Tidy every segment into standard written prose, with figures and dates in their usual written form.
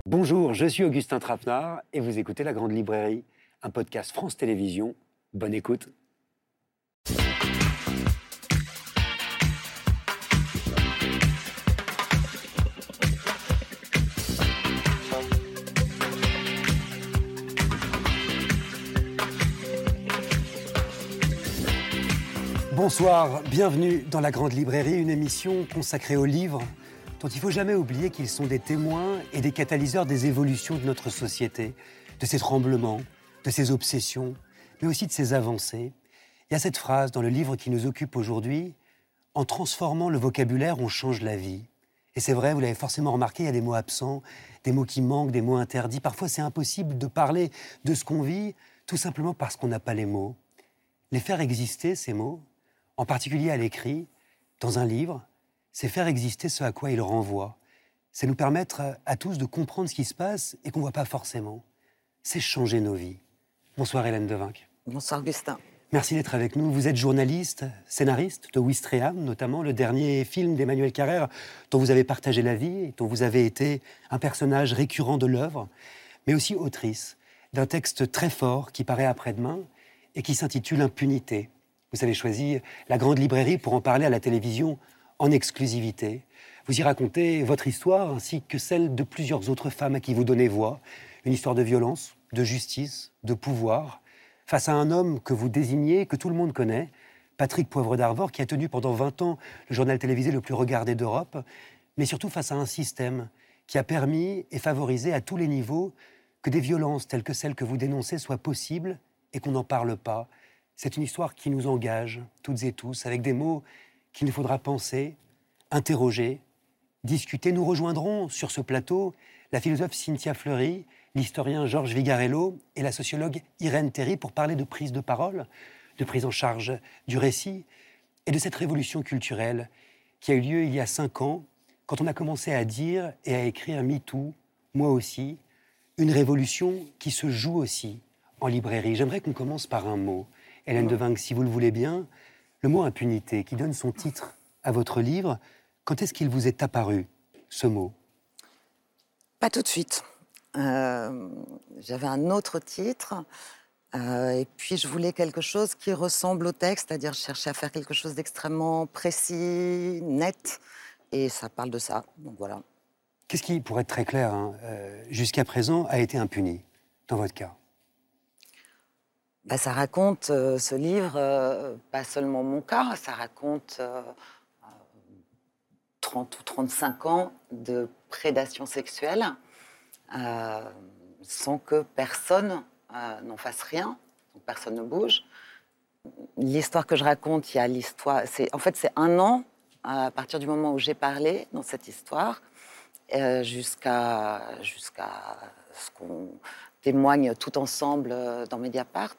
Bonjour, je suis Augustin Trapenard et vous écoutez La Grande Librairie, un podcast France Télévisions. Bonne écoute. Bonsoir, bienvenue dans La Grande Librairie, une émission consacrée aux livres dont il ne faut jamais oublier qu'ils sont des témoins et des catalyseurs des évolutions de notre société, de ses tremblements, de ses obsessions, mais aussi de ses avancées. Il y a cette phrase dans le livre qui nous occupe aujourd'hui, « En transformant le vocabulaire, on change la vie ». Et c'est vrai, vous l'avez forcément remarqué, il y a des mots absents, des mots qui manquent, des mots interdits. Parfois, c'est impossible de parler de ce qu'on vit, tout simplement parce qu'on n'a pas les mots. Les faire exister, ces mots, en particulier à l'écrit, dans un livre, c'est faire exister ce à quoi il renvoie. C'est nous permettre à tous de comprendre ce qui se passe et qu'on ne voit pas forcément. C'est changer nos vies. Bonsoir Hélène Devinck. Bonsoir Augustin. Merci d'être avec nous. Vous êtes journaliste, scénariste de Ouistreham, notamment le dernier film d'Emmanuel Carrère dont vous avez partagé la vie et dont vous avez été un personnage récurrent de l'œuvre, mais aussi autrice d'un texte très fort qui paraît après-demain et qui s'intitule « Impunité ». Vous avez choisi La Grande Librairie pour en parler à la télévision en exclusivité. Vous y racontez votre histoire ainsi que celle de plusieurs autres femmes à qui vous donnez voix. Une histoire de violence, de justice, de pouvoir, face à un homme que vous désignez, que tout le monde connaît, Patrick Poivre d'Arvor, qui a tenu pendant 20 ans le journal télévisé le plus regardé d'Europe, mais surtout face à un système qui a permis et favorisé à tous les niveaux que des violences telles que celles que vous dénoncez soient possibles et qu'on n'en parle pas. C'est une histoire qui nous engage, toutes et tous, avec des mots qu'il nous faudra penser, interroger, discuter. Nous rejoindrons sur ce plateau la philosophe Cynthia Fleury, l'historien Georges Vigarello et la sociologue Irène Théry pour parler de prise de parole, de prise en charge du récit et de cette révolution culturelle qui a eu lieu il y a 5 ans, quand on a commencé à dire et à écrire MeToo, moi aussi, une révolution qui se joue aussi en librairie. J'aimerais qu'on commence par un mot. Hélène Devinck, si vous le voulez bien, le mot impunité, qui donne son titre à votre livre, quand est-ce qu'il vous est apparu, ce mot ? Pas tout de suite. J'avais un autre titre, et puis je voulais quelque chose qui ressemble au texte, c'est-à-dire je cherchais à faire quelque chose d'extrêmement précis, net, et ça parle de ça, donc voilà. Qu'est-ce qui, pour être très clair, jusqu'à présent, a été impuni, dans votre cas ? Ça raconte, ce livre, pas seulement mon cas, ça raconte 30 ou 35 ans de prédation sexuelle, sans que personne n'en fasse rien, donc personne ne bouge. L'histoire que je raconte, il y a l'histoire... c'est 1 an, à partir du moment où j'ai parlé dans cette histoire, jusqu'à ce qu'on témoigne tout ensemble dans Mediapart.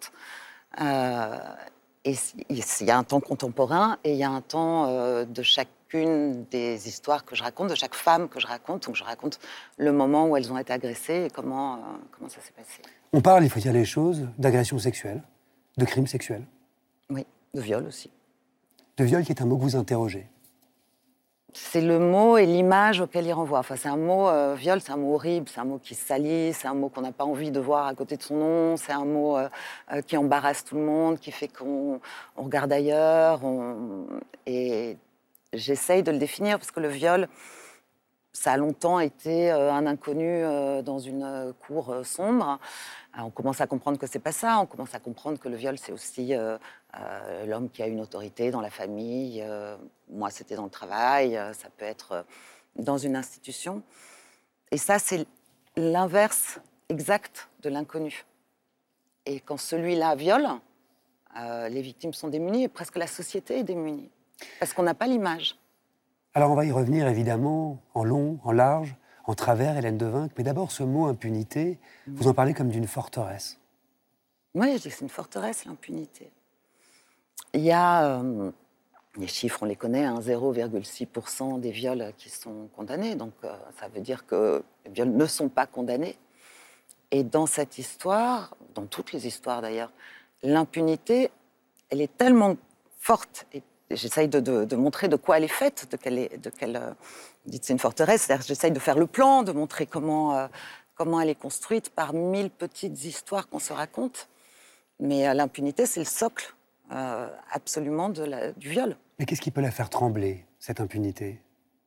Et il y a un temps contemporain et il y a un temps de chacune des histoires que je raconte, de chaque femme que je raconte. Donc je raconte le moment où elles ont été agressées et comment ça s'est passé. On parle, il faut dire les choses, d'agression sexuelle, de crime sexuel. Oui, de viol aussi. De viol qui est un mot que vous interrogez. C'est le mot et l'image auquel il renvoie. Enfin, c'est un mot, viol, c'est un mot horrible, c'est un mot qui salit, c'est un mot qu'on n'a pas envie de voir à côté de son nom, c'est un mot qui embarrasse tout le monde, qui fait qu'on regarde ailleurs. Et j'essaye de le définir parce que le viol, ça a longtemps été un inconnu dans une cour sombre. Alors, on commence à comprendre que c'est pas ça. On commence à comprendre que le viol, c'est aussi l'homme qui a une autorité dans la famille. Moi, c'était dans le travail. Ça peut être dans une institution. Et ça, c'est l'inverse exact de l'inconnu. Et quand celui-là viole, les victimes sont démunies et presque la société est démunie. Parce qu'on n'a pas l'image. Alors, on va y revenir, évidemment, en long, en large, en travers, Hélène Devinck. Mais d'abord, ce mot impunité, vous en parlez comme d'une forteresse. Oui, je dis que c'est une forteresse, l'impunité. Il y a, les chiffres, on les connaît, 0,6% des viols qui sont condamnés. Donc, ça veut dire que les viols ne sont pas condamnés. Et dans cette histoire, dans toutes les histoires d'ailleurs, l'impunité, elle est tellement forte. Et j'essaye de montrer de quoi elle est faite, de quelle... Vous dites c'est une forteresse, c'est-à-dire j'essaye de faire le plan, de montrer comment comment elle est construite par 1000 petites histoires qu'on se raconte. Mais l'impunité, c'est le socle absolument du viol. Mais qu'est-ce qui peut la faire trembler, cette impunité?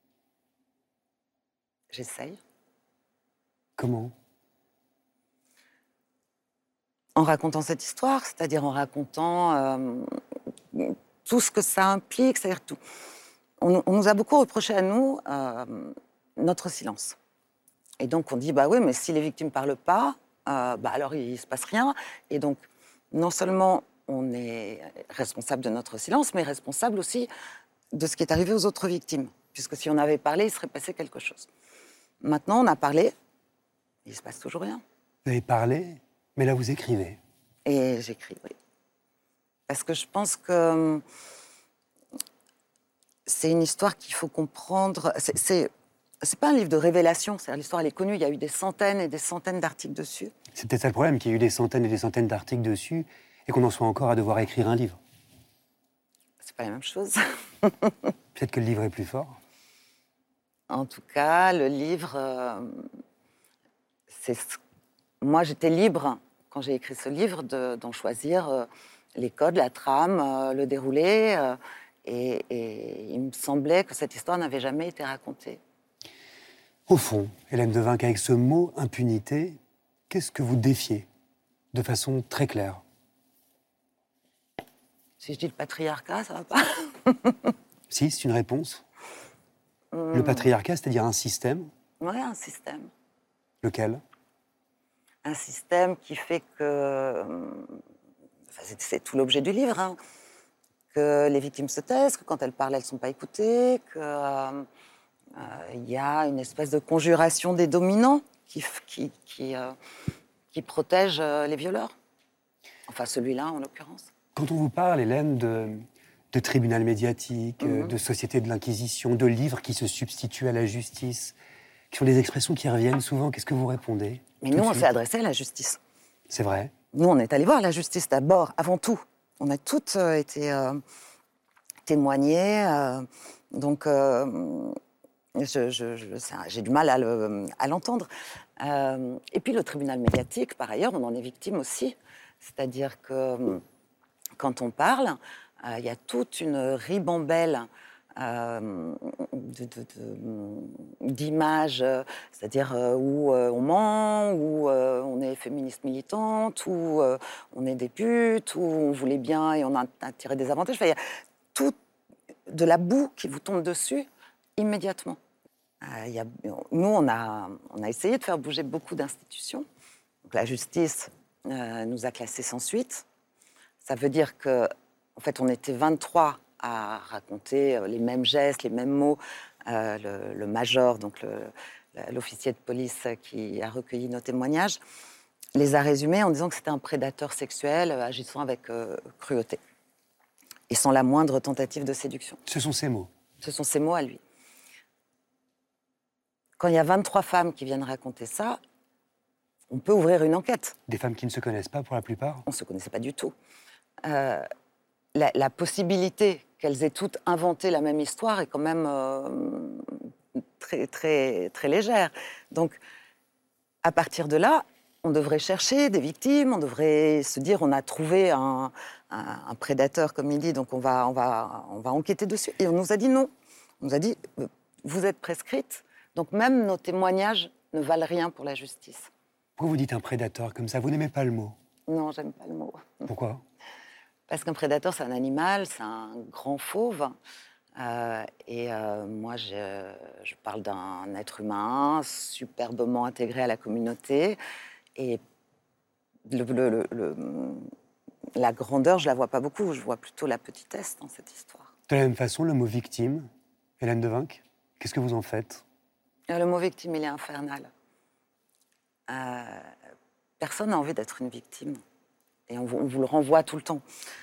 J'essaye. Comment? En racontant cette histoire, c'est-à-dire en racontant tout ce que ça implique, c'est-à-dire tout. On nous a beaucoup reproché à nous notre silence. Et donc on dit, bah oui, mais si les victimes ne parlent pas, alors il ne se passe rien. Et donc, non seulement on est responsable de notre silence, mais responsable aussi de ce qui est arrivé aux autres victimes. Puisque si on avait parlé, il serait passé quelque chose. Maintenant, on a parlé, il ne se passe toujours rien. Vous avez parlé, mais là vous écrivez. Et j'écris, oui. Parce que je pense que c'est une histoire qu'il faut comprendre. C'est pas un livre de révélation, c'est-à-dire l'histoire elle est connue, il y a eu des centaines et des centaines d'articles dessus. C'est peut-être ça le problème, qu'il y a eu des centaines et des centaines d'articles dessus et qu'on en soit encore à devoir écrire un livre. C'est pas la même chose. Peut-être que le livre est plus fort. En tout cas, le livre, moi j'étais libre, quand j'ai écrit ce livre, d'en choisir les codes, la trame, le déroulé. Et il me semblait que cette histoire n'avait jamais été racontée. Au fond, Hélène Devinck, avec ce mot « impunité », qu'est-ce que vous défiez de façon très claire? Si je dis le patriarcat, ça va pas? Si, c'est une réponse. Le patriarcat, c'est-à-dire un système. Oui, un système. Lequel? Un système qui fait que... c'est tout l'objet du livre, hein, que les victimes se taisent, que quand elles parlent, elles ne sont pas écoutées, qu'il y a une espèce de conjuration des dominants qui protège les violeurs. Enfin, celui-là, en l'occurrence. Quand on vous parle, Hélène, de tribunal médiatique, de société de l'Inquisition, de livres qui se substituent à la justice, qui sont des expressions qui reviennent souvent, qu'est-ce que vous répondez? Mais nous, on s'est adressé à la justice. C'est vrai. Nous, on est allés voir la justice d'abord, avant tout. On a toutes été témoignées. Donc, j'ai du mal à l'entendre. Et puis, le tribunal médiatique, par ailleurs, on en est victime aussi. C'est-à-dire que quand on parle, il y a toute une ribambelle d'images, c'est-à-dire où on ment, où on est féministe militante, où on est des putes, où on voulait bien et on a tiré des avantages. Enfin, il y a tout de la boue qui vous tombe dessus immédiatement. Nous, on a essayé de faire bouger beaucoup d'institutions. Donc, la justice nous a classés sans suite. Ça veut dire que, en fait, on était 23 à raconter les mêmes gestes, les mêmes mots. Le major, donc l'officier de police qui a recueilli nos témoignages, les a résumés en disant que c'était un prédateur sexuel agissant avec cruauté et sans la moindre tentative de séduction. Ce sont ces mots. Ce sont ces mots à lui. Quand il y a 23 femmes qui viennent raconter ça, on peut ouvrir une enquête. Des femmes qui ne se connaissent pas pour la plupart? On ne se connaissait pas du tout. La possibilité qu'elles aient toutes inventé la même histoire est quand même très, très, très légère. Donc, à partir de là, on devrait chercher des victimes, on devrait se dire on a trouvé un prédateur, comme il dit, donc on va enquêter dessus. Et on nous a dit non. On nous a dit vous êtes prescrite, donc même nos témoignages ne valent rien pour la justice. Pourquoi vous dites un prédateur comme ça? Vous n'aimez pas le mot? Non, j'aime pas le mot. Pourquoi? Parce qu'un prédateur, c'est un animal, c'est un grand fauve. Moi, je parle d'un être humain superbement intégré à la communauté. Et la grandeur, je la vois pas beaucoup. Je vois plutôt la petitesse dans cette histoire. De la même façon, le mot victime, Hélène Devinck, qu'est-ce que vous en faites? Le mot victime, il est infernal. Personne n'a envie d'être une victime. Et on vous le renvoie tout le temps.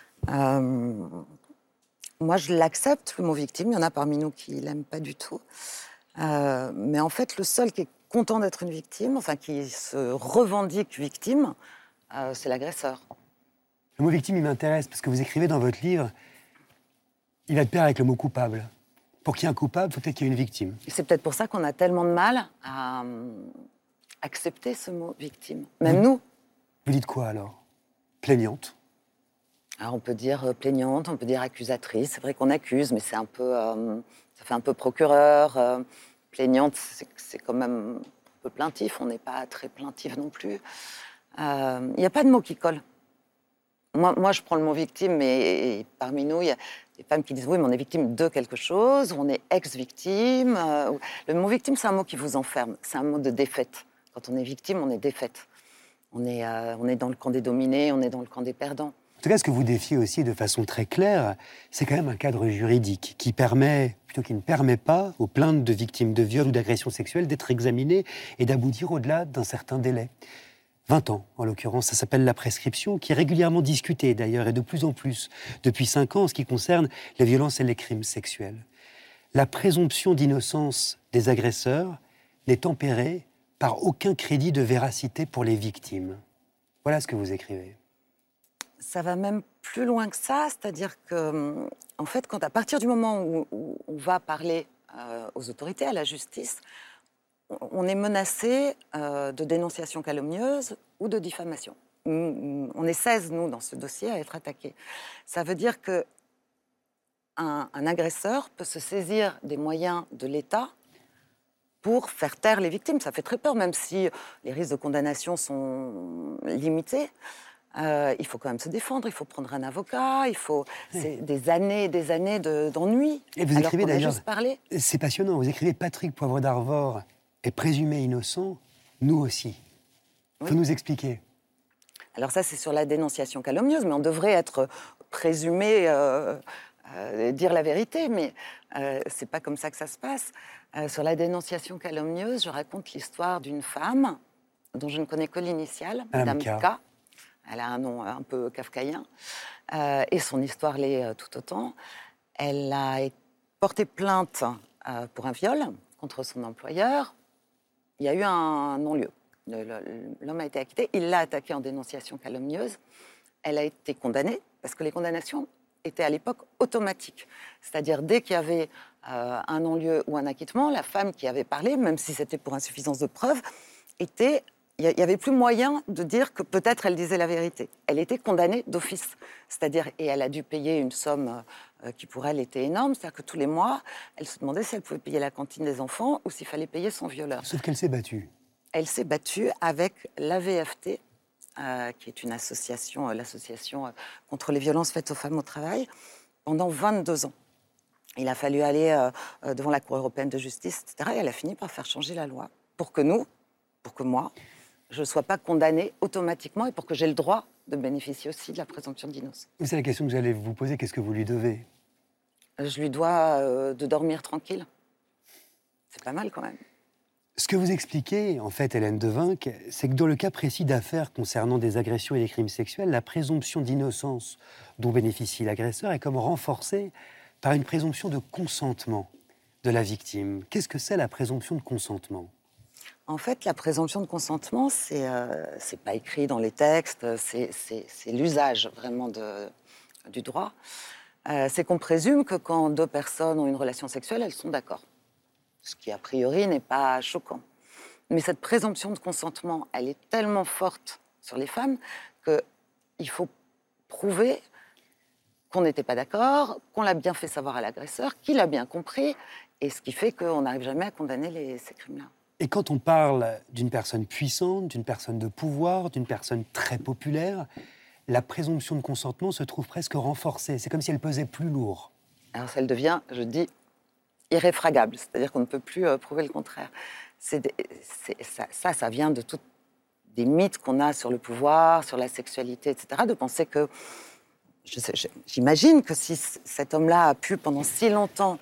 Moi, je l'accepte, le mot victime. Il y en a parmi nous qui ne l'aiment pas du tout. Mais en fait, le seul qui est content d'être une victime, enfin, qui se revendique victime, c'est l'agresseur. Le mot victime, il m'intéresse, parce que vous écrivez dans votre livre, il va de pair avec le mot coupable. Pour qu'il y ait un coupable, il faut peut-être qu'il y ait une victime. C'est peut-être pour ça qu'on a tellement de mal à accepter ce mot victime. Même nous. Vous dites quoi alors? Plaignante? Alors on peut dire plaignante, on peut dire accusatrice. C'est vrai qu'on accuse, mais c'est un peu, ça fait un peu procureur. Plaignante, c'est quand même un peu plaintif. On n'est pas très plaintif non plus. Il n'y a pas de mot qui colle. Moi, je prends le mot victime, mais parmi nous, il y a des femmes qui disent oui, mais on est victime de quelque chose, ou on est ex-victime. Le mot victime, c'est un mot qui vous enferme. C'est un mot de défaite. Quand on est victime, on est défaite. On est dans le camp des dominés, on est dans le camp des perdants. En tout cas, ce que vous défiez aussi de façon très claire, c'est quand même un cadre juridique qui permet, plutôt qui ne permet pas aux plaintes de victimes de viol ou d'agression sexuelle d'être examinées et d'aboutir au-delà d'un certain délai. 20 ans, en l'occurrence, ça s'appelle la prescription, qui est régulièrement discutée d'ailleurs, et de plus en plus, depuis 5 ans, en ce qui concerne les violences et les crimes sexuels. La présomption d'innocence des agresseurs n'est tempérée par aucun crédit de véracité pour les victimes. Voilà ce que vous écrivez. Ça va même plus loin que ça, c'est-à-dire que, en fait, à partir du moment où on va parler aux autorités, à la justice, on est menacé de dénonciation calomnieuse ou de diffamation. On est 16, nous, dans ce dossier, à être attaqués. Ça veut dire que un agresseur peut se saisir des moyens de l'État pour faire taire les victimes. Ça fait très peur, même si les risques de condamnation sont limités. Il faut quand même se défendre, il faut prendre un avocat, c'est des années et des années d'ennui. Et vous écrivez d'ailleurs, juste parlé. C'est passionnant, vous écrivez « Patrick Poivre d'Arvor est présumé innocent, nous aussi ». Il faut nous expliquer. Alors ça, c'est sur la dénonciation calomnieuse, mais on devrait être présumé, dire la vérité, mais c'est pas comme ça que ça se passe. Sur la dénonciation calomnieuse, je raconte l'histoire d'une femme dont je ne connais que l'initiale, Madame K. Elle a un nom un peu kafkaïen, et son histoire l'est tout autant. Elle a porté plainte pour un viol contre son employeur. Il y a eu un non-lieu. L'homme a été acquitté. Il l'a attaquée en dénonciation calomnieuse. Elle a été condamnée, parce que les condamnations étaient à l'époque automatiques. C'est-à-dire, dès qu'il y avait un non-lieu ou un acquittement, la femme qui avait parlé, même si c'était pour insuffisance de preuve, était... Il n'y avait plus moyen de dire que peut-être elle disait la vérité. Elle était condamnée d'office. C'est-à-dire, et elle a dû payer une somme qui pour elle était énorme. C'est-à-dire que tous les mois, elle se demandait si elle pouvait payer la cantine des enfants ou s'il fallait payer son violeur. Sauf qu'elle s'est battue. Elle s'est battue avec l'AVFT, qui est une association, l'association contre les violences faites aux femmes au travail, pendant 22 ans. Il a fallu aller devant la Cour européenne de justice, etc. Et elle a fini par faire changer la loi pour que moi, je ne sois pas condamnée automatiquement et pour que j'ai le droit de bénéficier aussi de la présomption d'innocence. C'est la question que j'allais vous poser. Qu'est-ce que vous lui devez? Je lui dois de dormir tranquille. C'est pas mal quand même. Ce que vous expliquez, en fait, Hélène Devinck, c'est que dans le cas précis d'affaires concernant des agressions et des crimes sexuels, la présomption d'innocence dont bénéficie l'agresseur est comme renforcée par une présomption de consentement de la victime. Qu'est-ce que c'est la présomption de consentement ? En fait, la présomption de consentement, c'est pas écrit dans les textes, c'est l'usage vraiment du droit. C'est qu'on présume que quand 2 personnes ont une relation sexuelle, elles sont d'accord. Ce qui, a priori, n'est pas choquant. Mais cette présomption de consentement, elle est tellement forte sur les femmes qu'il faut prouver qu'on n'était pas d'accord, qu'on l'a bien fait savoir à l'agresseur, qu'il a bien compris, et ce qui fait qu'on n'arrive jamais à condamner ces crimes-là. Et quand on parle d'une personne puissante, d'une personne de pouvoir, d'une personne très populaire, la présomption de consentement se trouve presque renforcée. C'est comme si elle pesait plus lourd. Alors ça devient, je dis, irréfragable. C'est-à-dire qu'on ne peut plus prouver le contraire. Ça vient de tous des mythes qu'on a sur le pouvoir, sur la sexualité, etc. De penser que... J'imagine que si cet homme-là a pu, pendant si longtemps...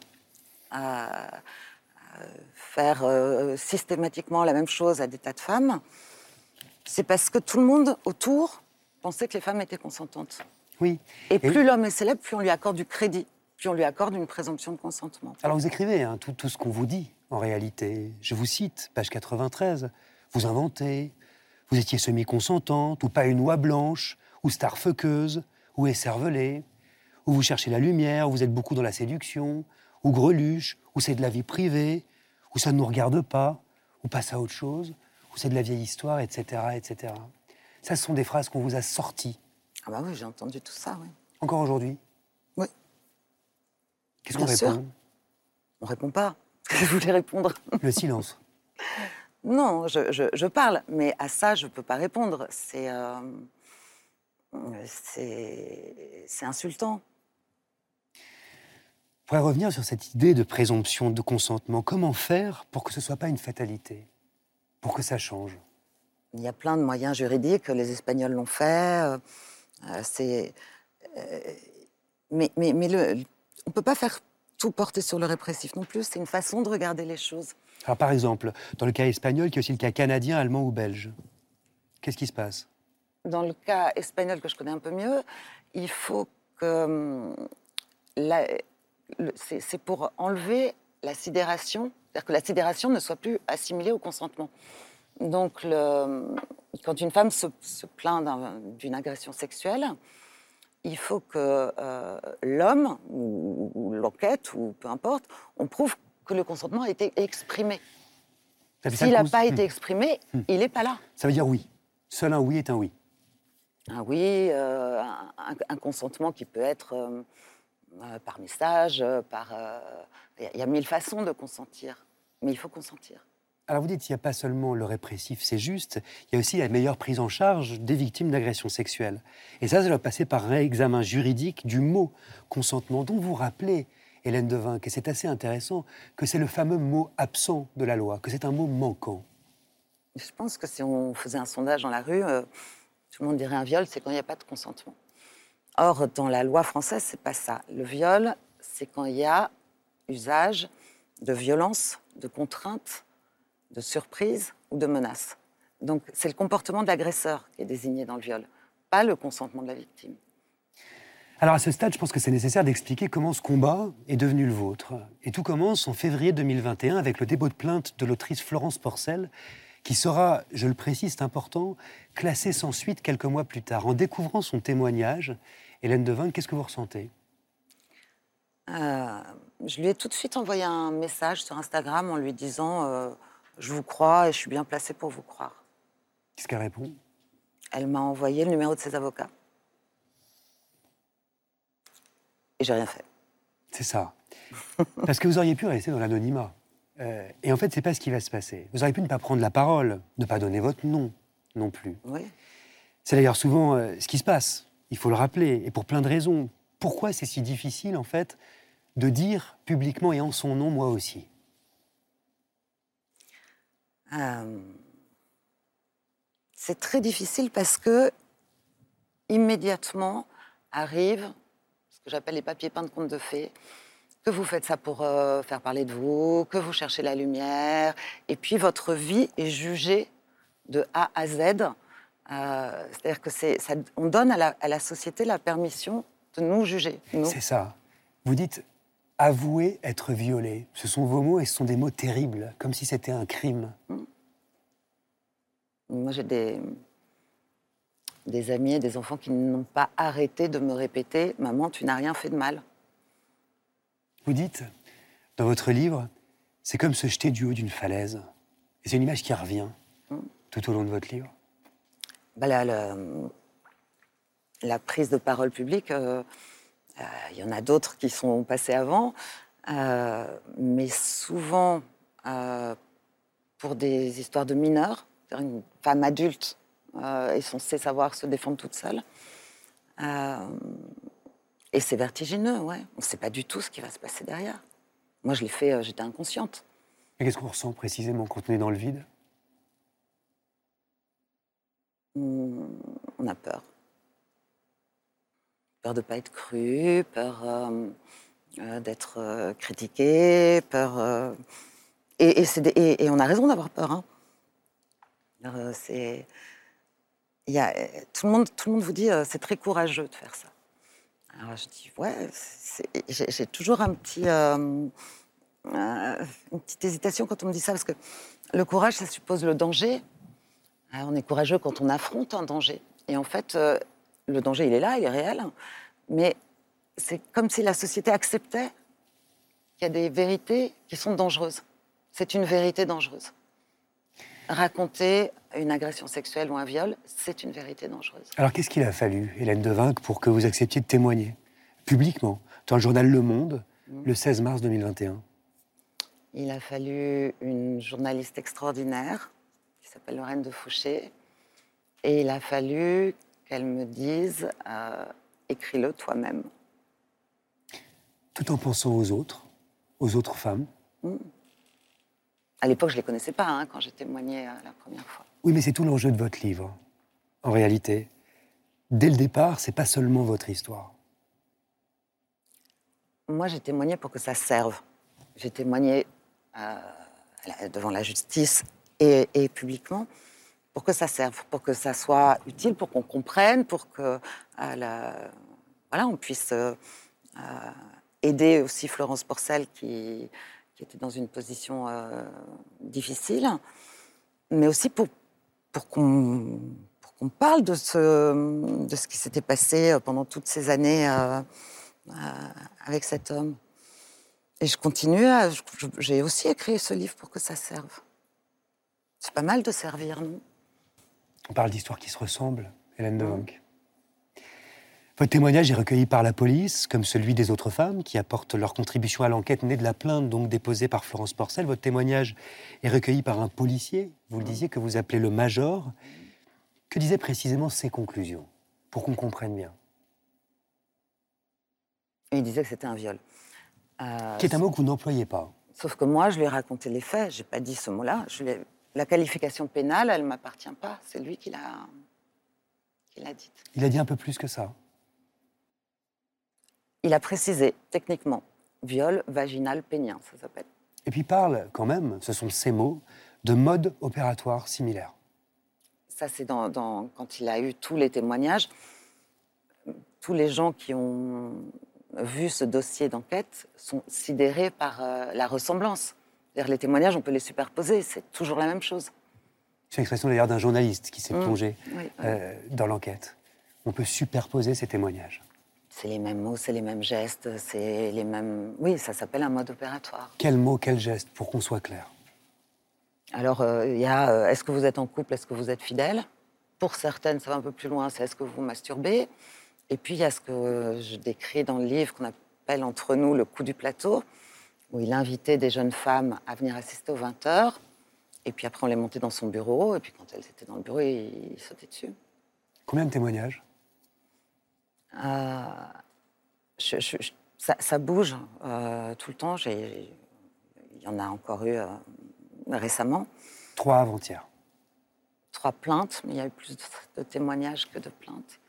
faire systématiquement la même chose à des tas de femmes, c'est parce que tout le monde autour pensait que les femmes étaient consentantes. Oui. Et plus l'homme est célèbre, plus on lui accorde du crédit, plus on lui accorde une présomption de consentement. Alors vous écrivez tout ce qu'on vous dit, en réalité. Je vous cite, page 93. Vous inventez, vous étiez semi-consentante, ou pas une oie blanche, ou starfuqueuse, ou écervelée, ou vous cherchez la lumière, ou vous êtes beaucoup dans la séduction, ou greluche, ou c'est de la vie privée, ou ça ne nous regarde pas, ou passe à autre chose, ou c'est de la vieille histoire, etc., etc. Ça, ce sont des phrases qu'on vous a sorties. Ah bah oui, j'ai entendu tout ça, oui. Encore aujourd'hui? Oui. Qu'est-ce qu'on Bien sûr. répond? On répond pas. Je voulais répondre. Le silence. Non, je parle, mais à ça, je peux pas répondre. C'est insultant. Je pourrais revenir sur cette idée de présomption de consentement. Comment faire pour que ce ne soit pas une fatalité? Pour que ça change? Il y a plein de moyens juridiques. Les Espagnols l'ont fait. C'est... Mais on peut pas faire tout porter sur le répressif non plus. C'est une façon de regarder les choses. Alors, par exemple, dans le cas espagnol, qui est aussi le cas canadien, allemand ou belge, qu'est-ce qui se passe? Dans le cas espagnol que je connais un peu mieux, il faut que... c'est pour enlever la sidération, c'est-à-dire que la sidération ne soit plus assimilée au consentement. Donc, quand une femme se plaint d'une agression sexuelle, il faut que l'homme, ou l'enquête, ou peu importe, on prouve que le consentement a été exprimé. S'il n'a pas été exprimé, il n'est pas là. Ça veut dire oui. Seul un oui est un oui. Un oui, un consentement qui peut être par message, il y a 1000 façons de consentir, mais il faut consentir. Alors vous dites qu'il n'y a pas seulement le répressif, c'est juste, il y a aussi la meilleure prise en charge des victimes d'agressions sexuelles. Et ça doit passer par un examen juridique du mot consentement, dont vous rappelez, Hélène Devinck, et c'est assez intéressant, que c'est le fameux mot absent de la loi, que c'est un mot manquant. Je pense que si on faisait un sondage dans la rue, tout le monde dirait un viol, c'est quand il n'y a pas de consentement. Or, dans la loi française, c'est pas ça. Le viol, c'est quand il y a usage de violence, de contrainte, de surprise ou de menace. Donc, c'est le comportement de l'agresseur qui est désigné dans le viol, pas le consentement de la victime. Alors à ce stade, je pense que c'est nécessaire d'expliquer comment ce combat est devenu le vôtre. Et tout commence en février 2021 avec le dépôt de plainte de l'autrice Florence Porcel, qui sera, je le précise, c'est important, classée sans suite quelques mois plus tard. En découvrant son témoignage, Hélène Devinck, qu'est-ce que vous ressentez? Je lui ai tout de suite envoyé un message sur Instagram en lui disant je vous crois et je suis bien placée pour vous croire. Qu'est-ce qu'elle répond? Elle m'a envoyé le numéro de ses avocats. Et j'ai rien fait. C'est ça. Parce que vous auriez pu rester dans l'anonymat. Et en fait, c'est pas ce qui va se passer. Vous auriez pu ne pas prendre la parole, ne pas donner votre nom non plus. Oui. C'est d'ailleurs souvent ce qui se passe. Il faut le rappeler, et pour plein de raisons. Pourquoi c'est si difficile, en fait, de dire publiquement et en son nom, moi aussi? C'est très difficile parce que, immédiatement, arrive ce que j'appelle les papiers peints de contes de fées, que vous faites ça pour faire parler de vous, que vous cherchez la lumière, et puis votre vie est jugée de A à Z. C'est-à-dire que on donne à la société la permission de nous juger. Nous. C'est ça. Vous dites avouer être violé. Ce sont vos mots et ce sont des mots terribles, comme si c'était un crime. Moi, j'ai des amis et des enfants qui n'ont pas arrêté de me répéter « Maman, tu n'as rien fait de mal ». Vous dites, dans votre livre, c'est comme se jeter du haut d'une falaise. Et c'est une image qui revient tout au long de votre livre. Bah, la prise de parole publique, il y en a d'autres qui sont passées avant, mais souvent pour des histoires de mineurs. Une femme adulte est censée savoir se défendre toute seule. Et c'est vertigineux, ouais. On ne sait pas du tout ce qui va se passer derrière. Moi, je l'ai fait, j'étais inconsciente. Et qu'est-ce qu'on ressent précisément quand on est dans le vide? On a peur. Peur de ne pas être cru, peur d'être critiqué, peur... Et on a raison d'avoir peur, hein. Alors, tout le monde vous dit c'est très courageux de faire ça. Alors je dis ouais, j'ai toujours une petite hésitation quand on me dit ça parce que le courage ça suppose le danger. Alors, on est courageux quand on affronte un danger. Et en fait, le danger il est là, il est réel, mais c'est comme si la société acceptait qu'il y a des vérités qui sont dangereuses. C'est une vérité dangereuse. Raconter une agression sexuelle ou un viol, c'est une vérité dangereuse. Alors qu'est-ce qu'il a fallu, Hélène Devinck, pour que vous acceptiez de témoigner publiquement dans le journal Le Monde, le 16 mars 2021 ? Il a fallu une journaliste extraordinaire qui s'appelle Lorraine de Fouché, et il a fallu qu'elle me dise écris-le toi-même. Tout en pensant aux autres femmes. À l'époque, je ne les connaissais pas quand j'ai témoigné la première fois. Oui, mais c'est tout l'enjeu de votre livre. En réalité, dès le départ, c'est pas seulement votre histoire. Moi, j'ai témoigné pour que ça serve. J'ai témoigné devant la justice et publiquement pour que ça serve, pour que ça soit utile, pour qu'on comprenne, pour que on puisse aider aussi Florence Porcel qui était dans une position difficile, mais aussi pour qu'on parle de ce qui s'était passé pendant toutes ces années avec cet homme. Et je continue, j'ai aussi écrit ce livre pour que ça serve. C'est pas mal de servir, non ? On parle d'histoires qui se ressemblent, Hélène Devinck. Votre témoignage est recueilli par la police, comme celui des autres femmes qui apportent leur contribution à l'enquête née de la plainte donc déposée par Florence Porcel. Votre témoignage est recueilli par un policier, vous le disiez, que vous appelez le Major. Que disaient précisément ses conclusions, pour qu'on comprenne bien ? Il disait que c'était un viol. Qui est un mot que vous n'employez pas. Sauf que moi, je lui ai raconté les faits. Je n'ai pas dit ce mot-là. La qualification pénale, elle ne m'appartient pas. C'est lui qui l'a dite. Il a dit un peu plus que ça. Il a précisé, techniquement, viol vaginal pénien, ça s'appelle. Et puis il parle, quand même, ce sont ces mots, de mode opératoire similaire. Ça, c'est quand il a eu tous les témoignages. Tous les gens qui ont vu ce dossier d'enquête sont sidérés par la ressemblance. C'est-à-dire, les témoignages, on peut les superposer, c'est toujours la même chose. C'est l'expression d'ailleurs d'un journaliste qui s'est plongé oui. dans l'enquête. On peut superposer ces témoignages. C'est les mêmes mots, c'est les mêmes gestes, c'est les mêmes... Oui, ça s'appelle un mode opératoire. Quel mot, quel geste, pour qu'on soit clair ? Alors, il y a est-ce que vous êtes en couple, est-ce que vous êtes fidèle ? Pour certaines, ça va un peu plus loin, c'est est-ce que vous masturbez ? Et puis, il y a ce que je décris dans le livre qu'on appelle entre nous le coup du plateau, où il invitait des jeunes femmes à venir assister aux 20h. Et puis après, on les montait dans son bureau. Et puis quand elles étaient dans le bureau, il sautait dessus. Combien de témoignages ? Ça bouge tout le temps. Il y en a encore eu récemment. 3 avant-hier. 3 plaintes, mais il y a eu plus de témoignages que de plaintes.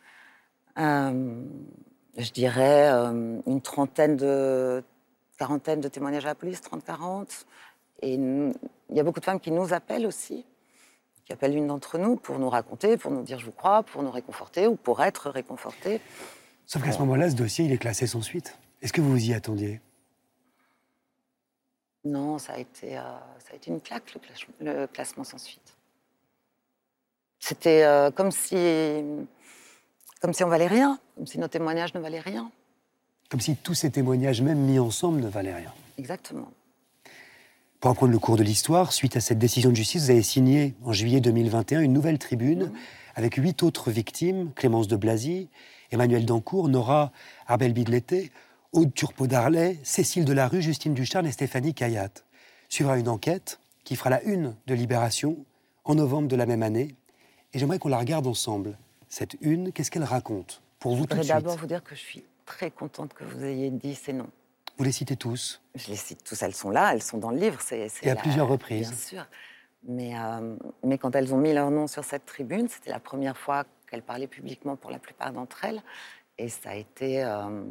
Je dirais une quarantaine de témoignages à la police, 30-40. Et il y a beaucoup de femmes qui nous appellent aussi, qui appellent une d'entre nous pour nous raconter, pour nous dire je vous crois, pour nous réconforter ou pour être réconfortées. Sauf qu'à ce moment-là, ce dossier, il est classé sans suite. Est-ce que vous vous y attendiez ? Non, ça a été une claque, le classement sans suite. C'était comme si on valait rien, comme si nos témoignages ne valaient rien. Comme si tous ces témoignages, même mis ensemble, ne valaient rien. Exactement. Pour apprendre le cours de l'histoire, suite à cette décision de justice, vous avez signé en juillet 2021 une nouvelle tribune avec 8 autres victimes, Clémence de Blazy, Emmanuel Dancourt, Nora Arbel-Bidleté, Aude Turpot-Darley, Cécile Delarue, Justine Ducharne et Stéphanie Cayat. Suivra une enquête qui fera la une de Libération en novembre de la même année. Et j'aimerais qu'on la regarde ensemble. Cette une, qu'est-ce qu'elle raconte pour vous tout de suite ? Je voudrais d'abord vous dire que je suis très contente que vous ayez dit ces noms. Vous les citez tous ? Je les cite tous, elles sont là, elles sont dans le livre. Et à plusieurs reprises. Bien sûr. Mais quand elles ont mis leur nom sur cette tribune, c'était la première fois qu'elles parlaient publiquement pour la plupart d'entre elles. Et ça a été un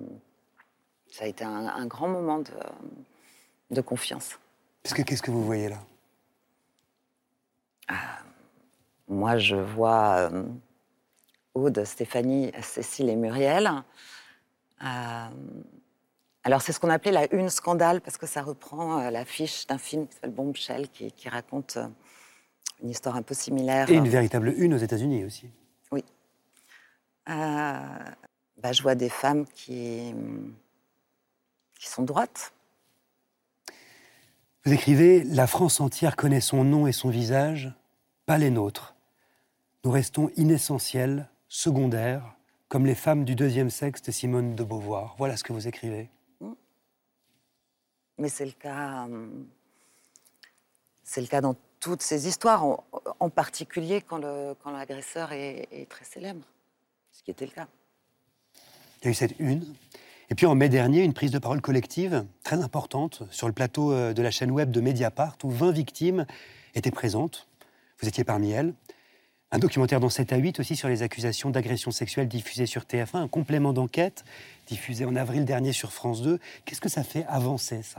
grand moment de confiance. Parce que qu'est-ce que vous voyez là ? Moi, je vois Aude, Stéphanie, Cécile et Muriel. Alors, c'est ce qu'on appelait la une scandale, parce que ça reprend l'affiche d'un film qui s'appelle Bombshell, qui raconte une histoire un peu similaire. Et une véritable une aux États-Unis aussi. Oui. Je vois des femmes qui sont droites. Vous écrivez « La France entière connaît son nom et son visage, pas les nôtres. Nous restons inessentiels, secondaires, comme les femmes du deuxième sexe de Simone de Beauvoir. Voilà ce que vous écrivez. Mais c'est le cas dans toutes ces histoires, en particulier quand l'agresseur est très célèbre, ce qui était le cas. Il y a eu cette une. Et puis en mai dernier, une prise de parole collective très importante sur le plateau de la chaîne web de Mediapart, où 20 victimes étaient présentes. Vous étiez parmi elles. Un documentaire dans 7 à 8 aussi sur les accusations d'agression sexuelle diffusées sur TF1, un complément d'enquête diffusé en avril dernier sur France 2. Qu'est-ce que ça fait avancer, ça ?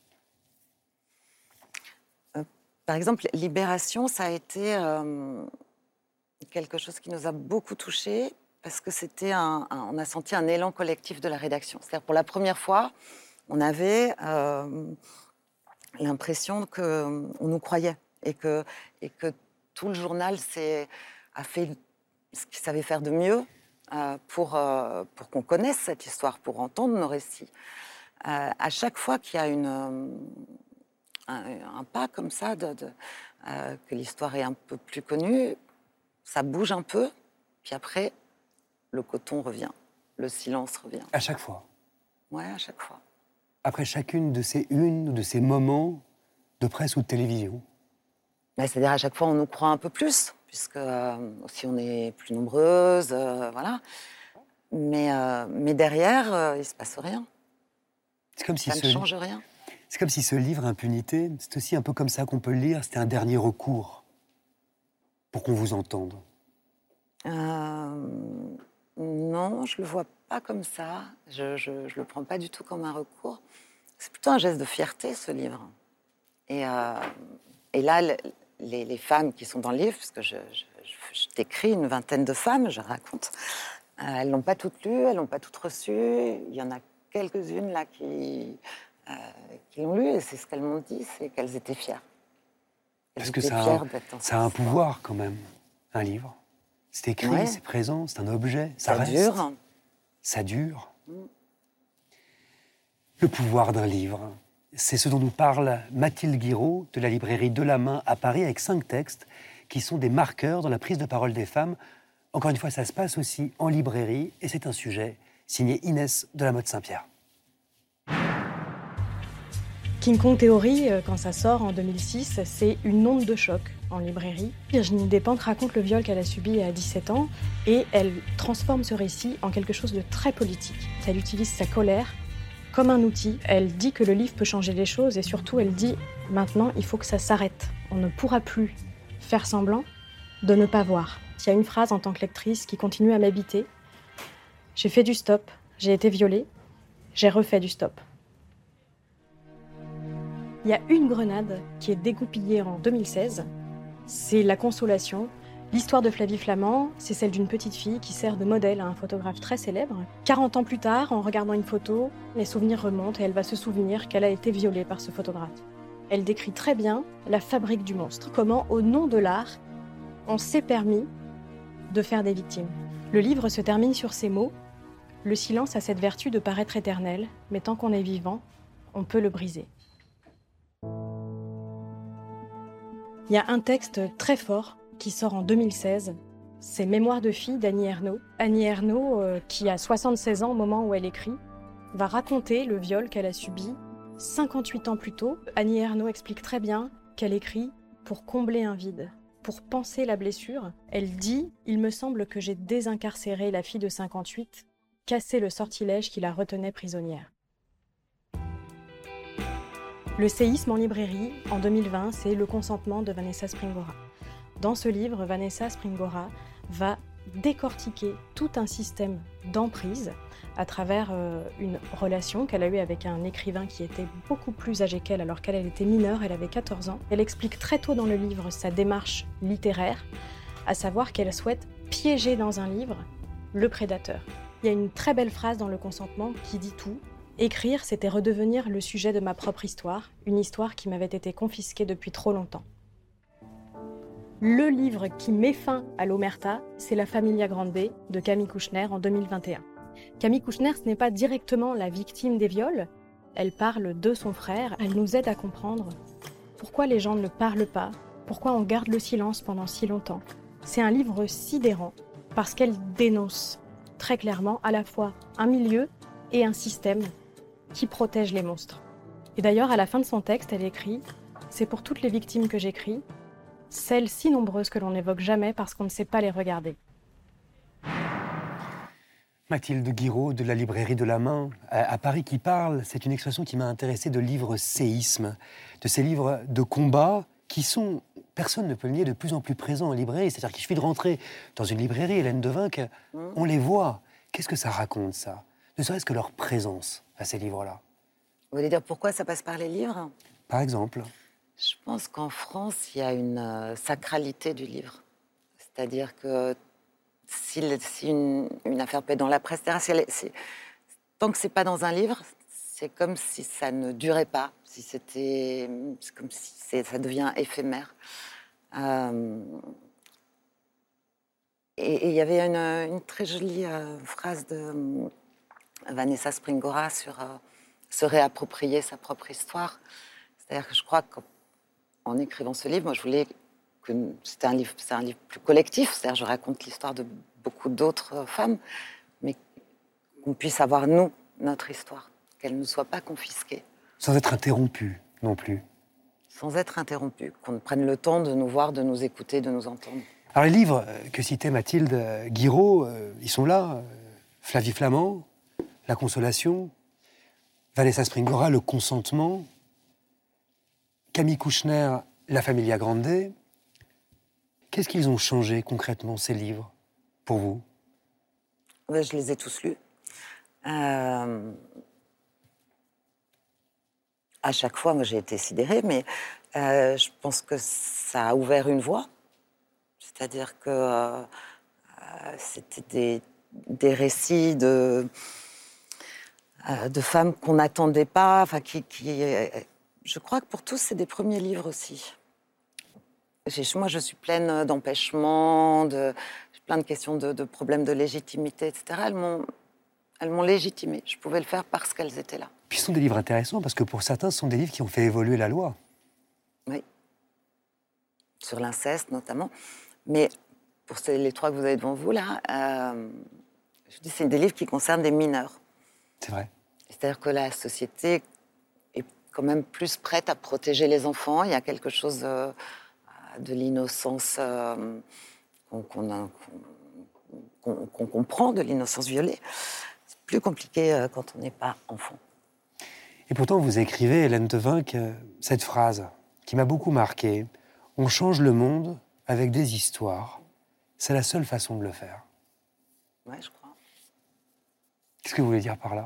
Par exemple, Libération, ça a été quelque chose qui nous a beaucoup touchés parce que on a senti un élan collectif de la rédaction. C'est-à-dire pour la première fois, on avait l'impression qu'on nous croyait et que tout le journal a fait ce qu'il savait faire de mieux pour qu'on connaisse cette histoire, pour entendre nos récits. À chaque fois qu'il y a un pas comme ça, que l'histoire est un peu plus connue, ça bouge un peu, puis après, le coton revient, le silence revient. À chaque fois ? Ouais, à chaque fois. Après chacune de ces unes ou de ces moments de presse ou de télévision ? C'est-à-dire à chaque fois, on nous croit un peu plus, puisque aussi on est plus nombreuses, voilà. Mais derrière, il ne se passe rien. C'est comme si ça ne change rien. C'est comme si ce livre Impunité, c'est aussi un peu comme ça qu'on peut le lire, c'était un dernier recours pour qu'on vous entende. Non, je le vois pas comme ça. Je le prends pas du tout comme un recours. C'est plutôt un geste de fierté, ce livre. Et là, les femmes qui sont dans le livre, parce que je décris une vingtaine de femmes, je raconte, elles l'ont pas toutes lu, elles l'ont pas toutes reçu. Il y en a quelques-unes là qui l'ont lu, et c'est ce qu'elles m'ont dit, c'est qu'elles étaient fières. Parce que ça a un pouvoir quand même, un livre. C'est écrit, ouais. C'est présent, c'est un objet, ça reste. Dure. Ça dure. Le pouvoir d'un livre, c'est ce dont nous parle Mathilde Guiraud de la librairie Delamain à Paris, avec 5 textes qui sont des marqueurs dans la prise de parole des femmes. Encore une fois, ça se passe aussi en librairie, et c'est un sujet signé Inès de la Motte Saint-Pierre. King Kong Theory, quand ça sort en 2006, c'est une onde de choc en librairie. Virginie Despentes raconte le viol qu'elle a subi à 17 ans et elle transforme ce récit en quelque chose de très politique. Elle utilise sa colère comme un outil. Elle dit que le livre peut changer les choses et surtout elle dit maintenant il faut que ça s'arrête. On ne pourra plus faire semblant de ne pas voir. Il y a une phrase en tant que lectrice qui continue à m'habiter. J'ai fait du stop, j'ai été violée, j'ai refait du stop. Il y a une grenade qui est dégoupillée en 2016, c'est La Consolation. L'histoire de Flavie Flament, c'est celle d'une petite fille qui sert de modèle à un photographe très célèbre. 40 ans plus tard, en regardant une photo, les souvenirs remontent et elle va se souvenir qu'elle a été violée par ce photographe. Elle décrit très bien la fabrique du monstre, comment au nom de l'art, on s'est permis de faire des victimes. Le livre se termine sur ces mots. Le silence a cette vertu de paraître éternel, mais tant qu'on est vivant, on peut le briser. Il y a un texte très fort qui sort en 2016, c'est Mémoires de fille d'Annie Ernaux. Annie Ernaux, qui a 76 ans au moment où elle écrit, va raconter le viol qu'elle a subi 58 ans plus tôt. Annie Ernaux explique très bien qu'elle écrit pour combler un vide, pour penser la blessure. Elle dit « Il me semble que j'ai désincarcéré la fille de 58, cassé le sortilège qui la retenait prisonnière ». Le séisme en librairie, en 2020, c'est Le consentement de Vanessa Springora. Dans ce livre, Vanessa Springora va décortiquer tout un système d'emprise à travers une relation qu'elle a eue avec un écrivain qui était beaucoup plus âgé qu'elle alors qu'elle était mineure, elle avait 14 ans. Elle explique très tôt dans le livre sa démarche littéraire, à savoir qu'elle souhaite piéger dans un livre le prédateur. Il y a une très belle phrase dans Le consentement qui dit tout. Écrire, c'était redevenir le sujet de ma propre histoire, une histoire qui m'avait été confisquée depuis trop longtemps. Le livre qui met fin à l'omerta, c'est La Familia Grande de Camille Kouchner en 2021. Camille Kouchner, ce n'est pas directement la victime des viols, elle parle de son frère, elle nous aide à comprendre pourquoi les gens ne parlent pas, Pourquoi on garde le silence pendant si longtemps ? C'est un livre sidérant parce qu'elle dénonce très clairement à la fois un milieu et un système qui protège les monstres. Et d'ailleurs, à la fin de son texte, elle écrit « C'est pour toutes les victimes que j'écris, celles si nombreuses que l'on n'évoque jamais parce qu'on ne sait pas les regarder. » Mathilde Guiraud, de la librairie de la Main, à Paris qui parle, c'est une expression qui m'a intéressé de livres séismes, de ces livres de combat qui sont, personne ne peut le nier, de plus en plus présents en librairie. C'est-à-dire qu'il suffit de rentrer dans une librairie, Hélène Devinck, on les voit. Qu'est-ce que ça raconte, ça ? Ne serait-ce que leur présence à ces livres-là. Vous voulez dire pourquoi ça passe par les livres ? Par exemple. Je pense qu'en France, il y a une sacralité du livre. C'est-à-dire que si une affaire peut être dans la presse, tant que c'est pas dans un livre, c'est comme si ça ne durait pas. C'est comme si ça devient éphémère. Et il y avait une très jolie phrase de Vanessa Springora sur se réapproprier sa propre histoire. C'est-à-dire que je crois qu'en écrivant ce livre, moi je voulais que c'est un livre plus collectif. C'est-à-dire que je raconte l'histoire de beaucoup d'autres femmes, mais qu'on puisse avoir nous notre histoire, qu'elle ne soit pas confisquée. Sans être interrompue non plus. Sans être interrompue, qu'on prenne le temps de nous voir, de nous écouter, de nous entendre. Alors les livres que citait Mathilde Guiraud, ils sont là. Flavie Flament, La Consolation, Vanessa Springora, Le Consentement, Camille Kouchner, La Familia Grande. Qu'est-ce qu'ils ont changé concrètement, ces livres, pour vous ? Je les ai tous lus. À chaque fois, moi, j'ai été sidérée, mais je pense que ça a ouvert une voie. C'est-à-dire que c'était des récits de femmes qu'on n'attendait pas, enfin, je crois que pour tous, c'est des premiers livres aussi. Moi, je suis pleine d'empêchements, plein de questions de problèmes de légitimité, etc. Elles m'ont légitimée. Je pouvais le faire parce qu'elles étaient là. Puis ce sont des livres intéressants, parce que pour certains, ce sont des livres qui ont fait évoluer la loi. Oui. Sur l'inceste, notamment. Mais pour les trois que vous avez devant vous, là, je dis c'est des livres qui concernent des mineurs. C'est vrai. C'est-à-dire que la société est quand même plus prête à protéger les enfants. Il y a quelque chose de l'innocence qu'on comprend, de l'innocence violée. C'est plus compliqué quand on n'est pas enfant. Et pourtant, vous écrivez, Hélène Devinck, cette phrase qui m'a beaucoup marquée. « On change le monde avec des histoires. C'est la seule façon de le faire. » Oui, je crois. Qu'est-ce que vous voulez dire par là ?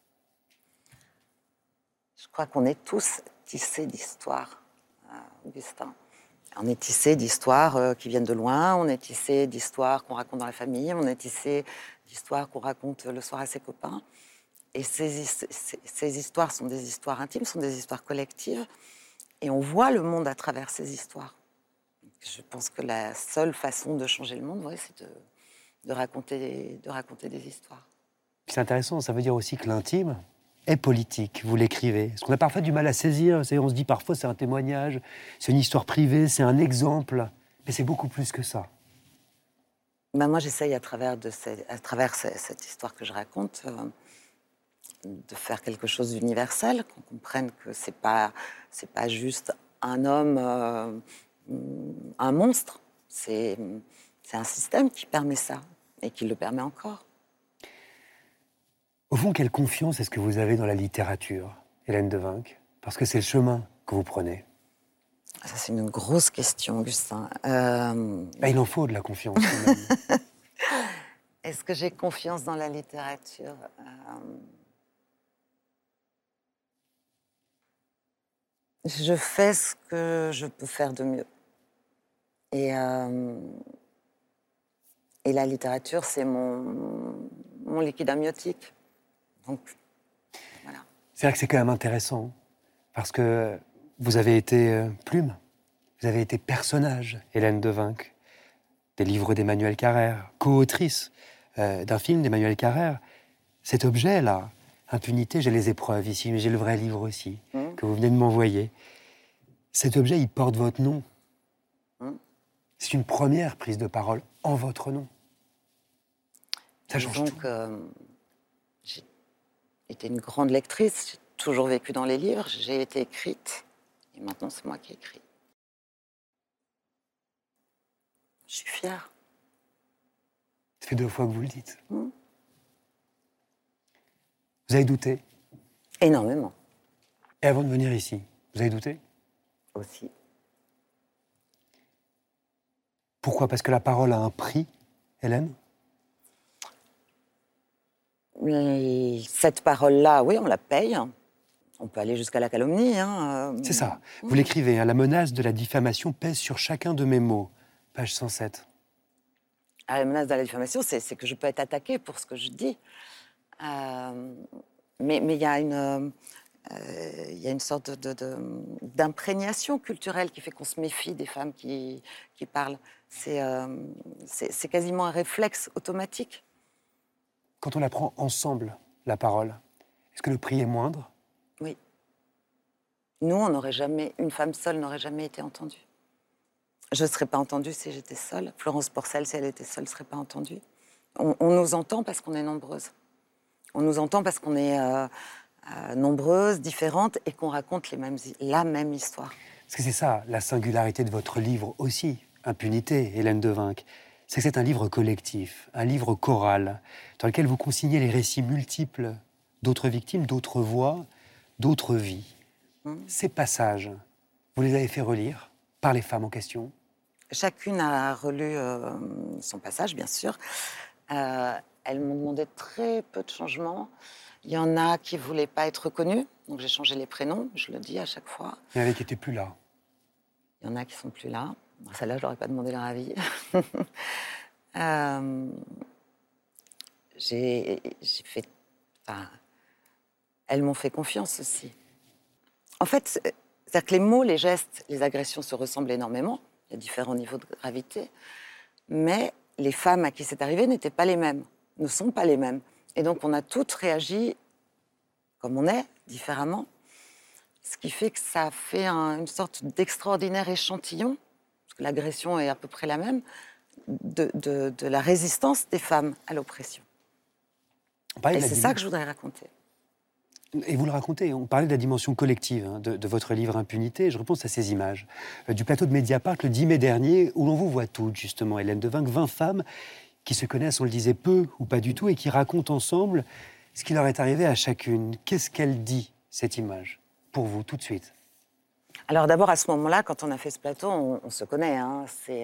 Je crois qu'on est tous tissés d'histoires, Augustin. On est tissés d'histoires qui viennent de loin, on est tissés d'histoires qu'on raconte dans la famille, on est tissés d'histoires qu'on raconte le soir à ses copains. Et ces histoires sont des histoires intimes, sont des histoires collectives. Et on voit le monde à travers ces histoires. Je pense que la seule façon de changer le monde, c'est de raconter des histoires. C'est intéressant, ça veut dire aussi que l'intime est politique, vous l'écrivez. Parce qu'on a parfois du mal à saisir, on se dit parfois c'est un témoignage, c'est une histoire privée, c'est un exemple, mais c'est beaucoup plus que ça. Moi, j'essaye à travers cette histoire que je raconte, de faire quelque chose d'universel, qu'on comprenne que c'est pas juste un homme, un monstre, c'est un système qui permet ça et qui le permet encore. Au fond, quelle confiance est-ce que vous avez dans la littérature, Hélène Devinck ? Parce que c'est le chemin que vous prenez. Ça, c'est une grosse question, Augustin. Il en faut de la confiance, quand même. Est-ce que j'ai confiance dans la littérature ? Je fais ce que je peux faire de mieux. Et la littérature, c'est mon liquide amniotique. Donc, voilà. C'est vrai que c'est quand même intéressant, parce que vous avez été plume, vous avez été personnage, Hélène Devinck, des livres d'Emmanuel Carrère, co-autrice d'un film d'Emmanuel Carrère. Cet objet-là, Impunité, j'ai les épreuves ici, mais j'ai le vrai livre aussi, que vous venez de m'envoyer. Cet objet, il porte votre nom. C'est une première prise de parole en votre nom. Ça change Donc, tout. j'ai été une grande lectrice, j'ai toujours vécu dans les livres, j'ai été écrite, et maintenant c'est moi qui écris. Je suis fière. Ça fait 2 fois que vous le dites. Mm. Vous avez douté? Énormément, Et avant de venir ici, vous avez douté? aussi. Pourquoi? Parce que la parole a un prix, Hélène? Cette parole-là, oui, on la paye. On peut aller jusqu'à la calomnie. C'est ça. Vous l'écrivez, hein, la menace de la diffamation pèse sur chacun de mes mots. Page 107. La menace de la diffamation, c'est que je peux être attaquée pour ce que je dis. Mais il y a une sorte d'imprégnation culturelle qui fait qu'on se méfie des femmes qui parlent. C'est quasiment un réflexe automatique. Quand on la prend ensemble, la parole, est-ce que le prix est moindre? Oui. Nous, on n'aurait jamais, une femme seule n'aurait jamais été entendue. Je ne serais pas entendue si j'étais seule. Florence Porcel, si elle était seule, ne serait pas entendue. On nous entend parce qu'on est nombreuses. On nous entend parce qu'on est nombreuses, différentes, et qu'on raconte la même histoire. Parce que c'est ça, la singularité de votre livre aussi, Impunité, Hélène Devinck. C'est que c'est un livre collectif, un livre choral, dans lequel vous consignez les récits multiples d'autres victimes, d'autres voix, d'autres vies. Ces passages, vous les avez fait relire par les femmes en question? Chacune a relu son passage, bien sûr. Elles m'ont demandé très peu de changements. Il y en a qui ne voulaient pas être reconnues, donc j'ai changé les prénoms, je le dis à chaque fois. Il y en avait qui n'étaient plus là. Il y en a qui ne sont plus là. Bon, celle-là, je leur ai pas demandé leur avis. J'ai fait... Enfin, elles m'ont fait confiance aussi. En fait, c'est-à-dire que les mots, les gestes, les agressions se ressemblent énormément. Il y a différents niveaux de gravité. Mais les femmes à qui c'est arrivé n'étaient pas les mêmes, ne sont pas les mêmes. Et donc, on a toutes réagi comme on est, différemment. Ce qui fait que ça fait une sorte d'extraordinaire échantillon, parce que l'agression est à peu près la même, de la résistance des femmes à l'oppression. Et c'est ça que je voudrais raconter. Et vous le racontez, on parlait de la dimension collective de votre livre Impunité. Je repense à ces images du plateau de Mediapart le 10 mai dernier, où l'on vous voit toutes, justement, Hélène Devinck, 20 femmes qui se connaissent, on le disait, peu ou pas du tout, et qui racontent ensemble ce qui leur est arrivé à chacune. Qu'est-ce qu'elle dit, cette image, pour vous, tout de suite? Alors d'abord, à ce moment-là, quand on a fait ce plateau, on se connaît. C'est,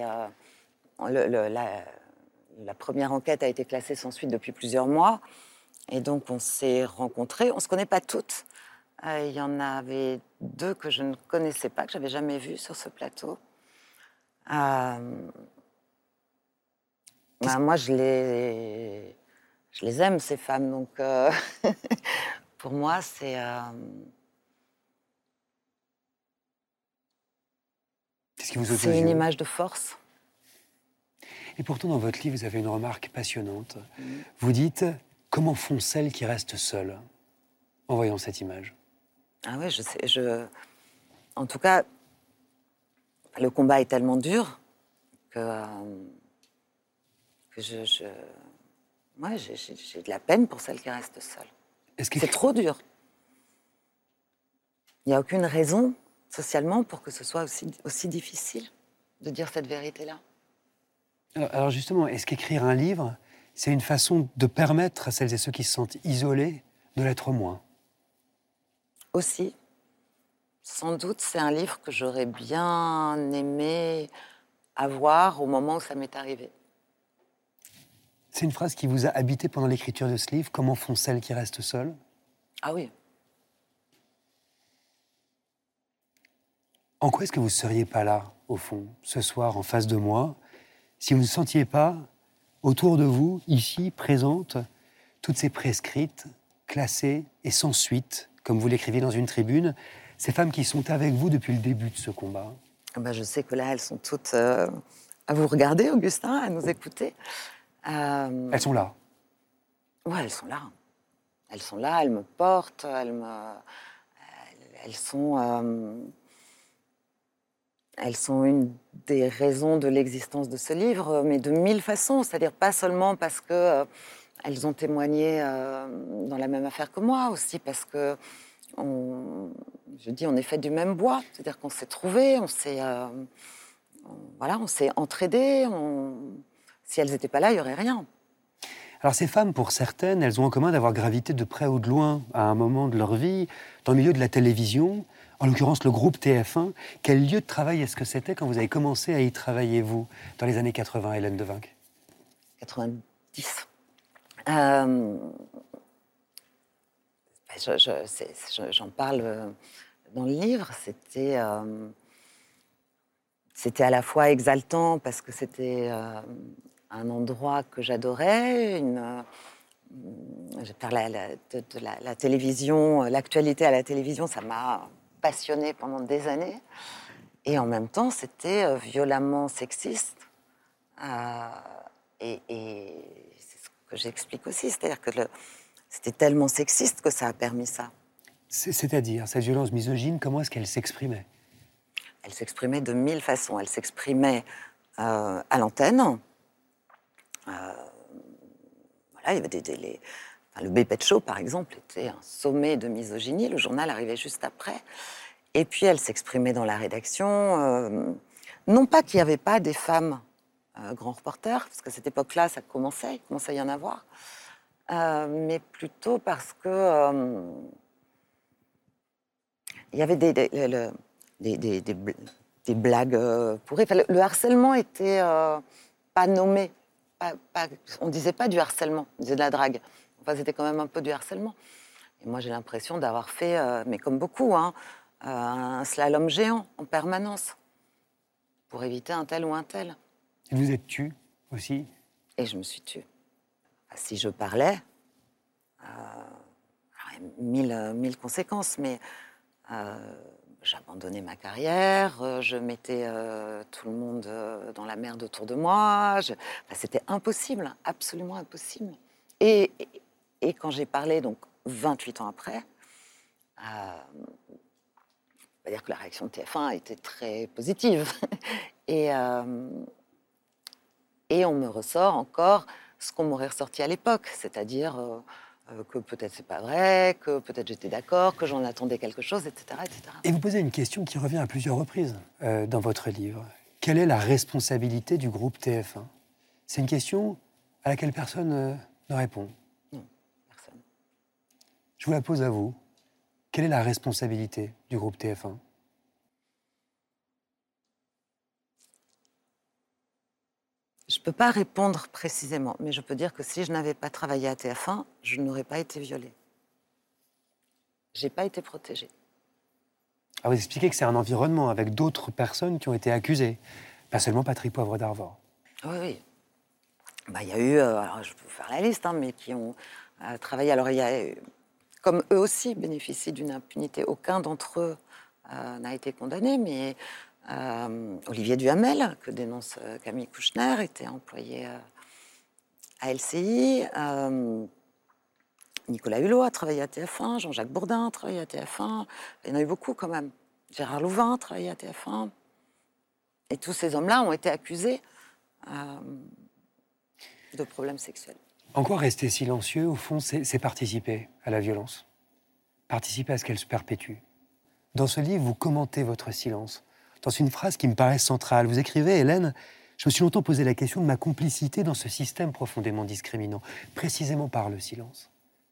la première enquête a été classée sans suite depuis plusieurs mois. Et donc, on s'est rencontrés. On ne se connaît pas toutes. Il y en avait 2 que je ne connaissais pas, que je n'avais jamais vues sur ce plateau. Moi, je les aime, ces femmes. Donc, pour moi, c'est... C'est une image de force. Et pourtant, dans votre livre, vous avez une remarque passionnante. Vous dites... Comment font celles qui restent seules en voyant cette image? Ah oui, je sais. En tout cas, le combat est tellement dur que j'ai de la peine pour celles qui restent seules. C'est trop dur. Il n'y a aucune raison, socialement, pour que ce soit aussi difficile de dire cette vérité-là. Alors justement, est-ce qu'écrire un livre, c'est une façon de permettre à celles et ceux qui se sentent isolés de l'être moins? Aussi. Sans doute, c'est un livre que j'aurais bien aimé avoir au moment où ça m'est arrivé. C'est une phrase qui vous a habité pendant l'écriture de ce livre. Comment font celles qui restent seules? Ah oui. En quoi est-ce que vous ne seriez pas là, au fond, ce soir, en face de moi, si vous ne sentiez pas autour de vous, ici, présentes, toutes ces prescrites, classées et sans suite, comme vous l'écrivez dans une tribune, ces femmes qui sont avec vous depuis le début de ce combat? Je sais que là, elles sont toutes à vous regarder, Augustin, à nous écouter. Elles sont là? Ouais, elles sont là. Elles sont là, elles me portent, elles sont... elles sont une des raisons de l'existence de ce livre, mais de mille façons. C'est-à-dire pas seulement parce que elles ont témoigné dans la même affaire que moi, aussi parce que on est fait du même bois. C'est-à-dire qu'on s'est trouvés, on s'est entraidés. Si elles n'étaient pas là, il n'y aurait rien. Alors ces femmes, pour certaines, elles ont en commun d'avoir gravité de près ou de loin à un moment de leur vie dans le milieu de la télévision, en l'occurrence le groupe TF1. Quel lieu de travail est-ce que c'était quand vous avez commencé à y travailler, vous, dans les années 80, Hélène Devinck? 90. J'en parle dans le livre. C'était à la fois exaltant parce que c'était un endroit que j'adorais, faire la télévision, l'actualité à la télévision, ça m'a passionnée pendant des années. Et en même temps, c'était violemment sexiste. Et c'est ce que j'explique aussi, c'est-à-dire que c'était tellement sexiste que ça a permis ça. C'est-à-dire, cette violence misogyne, comment est-ce qu'elle s'exprimait? Elle s'exprimait de mille façons. Elle s'exprimait à l'antenne. Il y avait le Bépête Show, par exemple, était un sommet de misogynie. Le journal arrivait juste après. Et puis, elle s'exprimait dans la rédaction. Non pas qu'il n'y avait pas des femmes grands reporters, parce qu'à cette époque-là, il commençait à y en avoir. Mais plutôt parce que il y avait des blagues pourries. Enfin, le harcèlement était pas nommé. On disait pas du harcèlement, on disait de la drague. Enfin, c'était quand même un peu du harcèlement. Et moi, j'ai l'impression d'avoir fait, mais comme beaucoup, un slalom géant en permanence pour éviter un tel ou un tel. Et vous êtes tue aussi? Et je me suis tue. Si je parlais, il y a mille conséquences, mais j'abandonnais ma carrière, je mettais tout le monde dans la merde autour de moi. C'était impossible, absolument impossible. Et quand j'ai parlé, donc 28 ans après, on va dire que la réaction de TF1 a été très positive. Et on me ressort encore ce qu'on m'aurait ressorti à l'époque, c'est-à-dire que peut-être c'est pas vrai, que peut-être j'étais d'accord, que j'en attendais quelque chose, etc., etc. Et vous posez une question qui revient à plusieurs reprises dans votre livre. Quelle est la responsabilité du groupe TF1? C'est une question à laquelle personne ne répond. Non, personne. Je vous la pose à vous. Quelle est la responsabilité du groupe TF1? Je ne peux pas répondre précisément, mais je peux dire que si je n'avais pas travaillé à TF1, je n'aurais pas été violée. Je n'ai pas été protégée. Ah, vous expliquez que c'est un environnement avec d'autres personnes qui ont été accusées, pas seulement Patrick Poivre d'Arvor. Oui, oui. Il y a eu, alors je peux vous faire la liste, mais qui ont travaillé. Alors il y a, comme eux aussi bénéficient d'une impunité, aucun d'entre eux n'a été condamné, mais Olivier Duhamel, que dénonce Camille Kouchner, était employé à LCI. Nicolas Hulot a travaillé à TF1, Jean-Jacques Bourdin a travaillé à TF1. Il y en a eu beaucoup quand même. Gérard Louvain a travaillé à TF1. Et tous ces hommes-là ont été accusés de problèmes sexuels. En quoi rester silencieux, au fond, c'est participer à la violence, participer à ce qu'elle se perpétue. Dans ce livre, vous commentez votre silence. Dans une phrase qui me paraît centrale, vous écrivez, Hélène, « Je me suis longtemps posé la question de ma complicité dans ce système profondément discriminant, précisément par le silence. »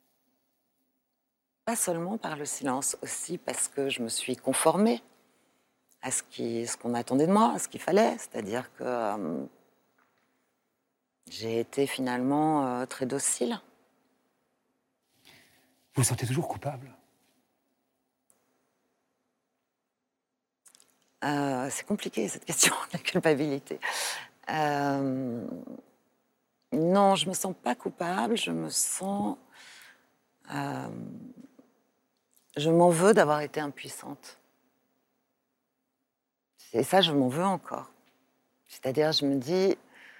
Pas seulement par le silence, aussi parce que je me suis conformée à ce qu'on attendait de moi, à ce qu'il fallait. C'est-à-dire que j'ai été finalement très docile. Vous vous sentez toujours coupable? C'est compliqué, cette question, la culpabilité. Non, je me sens pas coupable, je me sens... je m'en veux d'avoir été impuissante. Et ça, je m'en veux encore. C'est-à-dire, je me dis...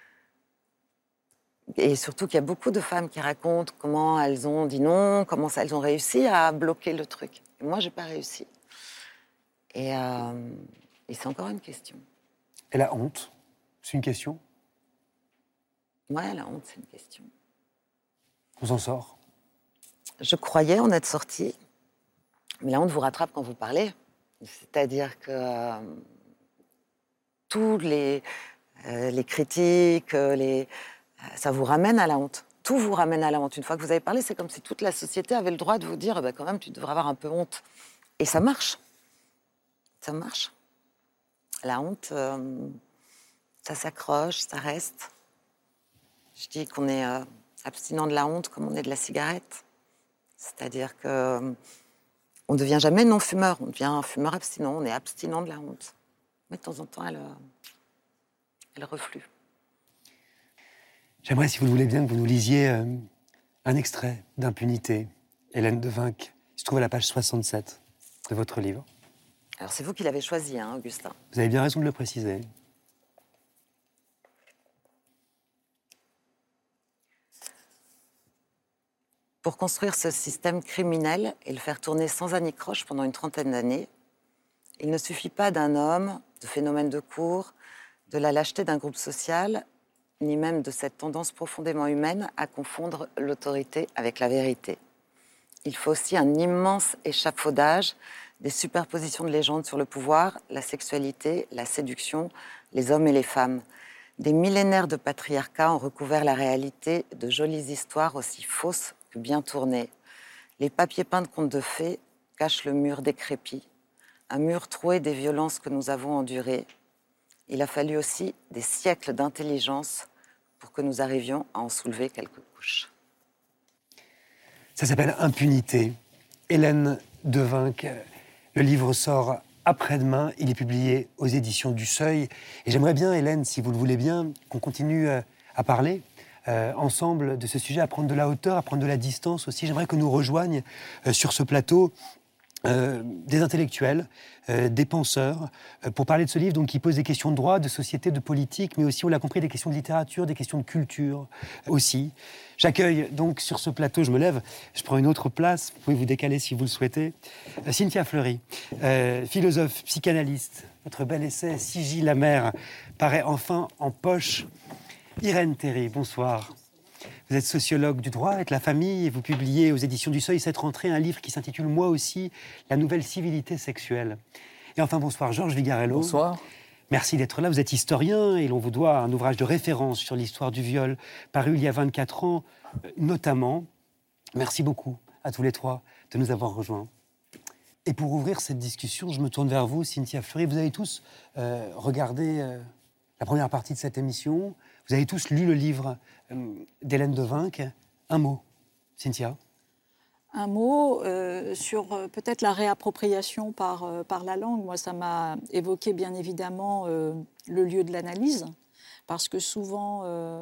Et surtout qu'il y a beaucoup de femmes qui racontent comment elles ont dit non, comment elles ont réussi à bloquer le truc. Et moi, j'ai pas réussi. Et Et c'est encore une question. Et la honte, c'est une question? Ouais, la honte, c'est une question. On s'en sort? Je croyais en être sortie, mais la honte vous rattrape quand vous parlez. C'est-à-dire que tous les critiques, ça vous ramène à la honte. Tout vous ramène à la honte. Une fois que vous avez parlé, c'est comme si toute la société avait le droit de vous dire quand même, tu devrais avoir un peu honte. Et ça marche. Ça marche. La honte, ça s'accroche, ça reste. Je dis qu'on est abstinent de la honte comme on est de la cigarette. C'est-à-dire que on ne devient jamais non-fumeur, on devient un fumeur abstinent, on est abstinent de la honte. Mais de temps en temps, elle reflue. J'aimerais, si vous le voulez bien, que vous nous lisiez un extrait d'Impunité, Hélène Devinck. Il se trouve à la page 67 de votre livre. Alors c'est vous qui l'avez choisi, hein, Augustin. Vous avez bien raison de le préciser. Pour construire ce système criminel et le faire tourner sans anicroche pendant une trentaine d'années, il ne suffit pas d'un homme, de phénomènes de cour, de la lâcheté d'un groupe social, ni même de cette tendance profondément humaine à confondre l'autorité avec la vérité. Il faut aussi un immense échafaudage, des superpositions de légendes sur le pouvoir, la sexualité, la séduction, les hommes et les femmes. Des millénaires de patriarcat ont recouvert la réalité de jolies histoires aussi fausses que bien tournées. Les papiers peints de contes de fées cachent le mur décrépit, un mur troué des violences que nous avons endurées. Il a fallu aussi des siècles d'intelligence pour que nous arrivions à en soulever quelques couches. Ça s'appelle Impunité. Hélène Devinck. Le livre sort après-demain. Il est publié aux éditions du Seuil. Et j'aimerais bien, Hélène, si vous le voulez bien, qu'on continue à parler ensemble de ce sujet, à prendre de la hauteur, à prendre de la distance aussi. J'aimerais que nous rejoignent sur ce plateau des intellectuels, des penseurs, pour parler de ce livre donc, qui pose des questions de droit, de société, de politique, mais aussi, on l'a compris, des questions de littérature, des questions de culture aussi. J'accueille donc sur ce plateau, je me lève, je prends une autre place, vous pouvez vous décaler si vous le souhaitez, Cynthia Fleury, philosophe, psychanalyste. Votre bel essai, Sigy la mer, paraît enfin en poche. Irène Théry, bonsoir. Vous êtes sociologue du droit et de la famille et vous publiez aux éditions du Seuil cette rentrée un livre qui s'intitule Moi aussi, la nouvelle civilité sexuelle. Et enfin, bonsoir Georges Vigarello. Bonsoir. Merci d'être là. Vous êtes historien et l'on vous doit un ouvrage de référence sur l'histoire du viol, paru il y a 24 ans notamment. Merci beaucoup à tous les trois de nous avoir rejoints. Et pour ouvrir cette discussion, je me tourne vers vous, Cynthia Fleury. Vous avez tous regardé la première partie de cette émission. Vous avez tous lu le livre d'Hélène Devinck. Un mot, Cynthia. Un mot sur peut-être la réappropriation par la langue. Moi, ça m'a évoqué bien évidemment le lieu de l'analyse, parce que souvent,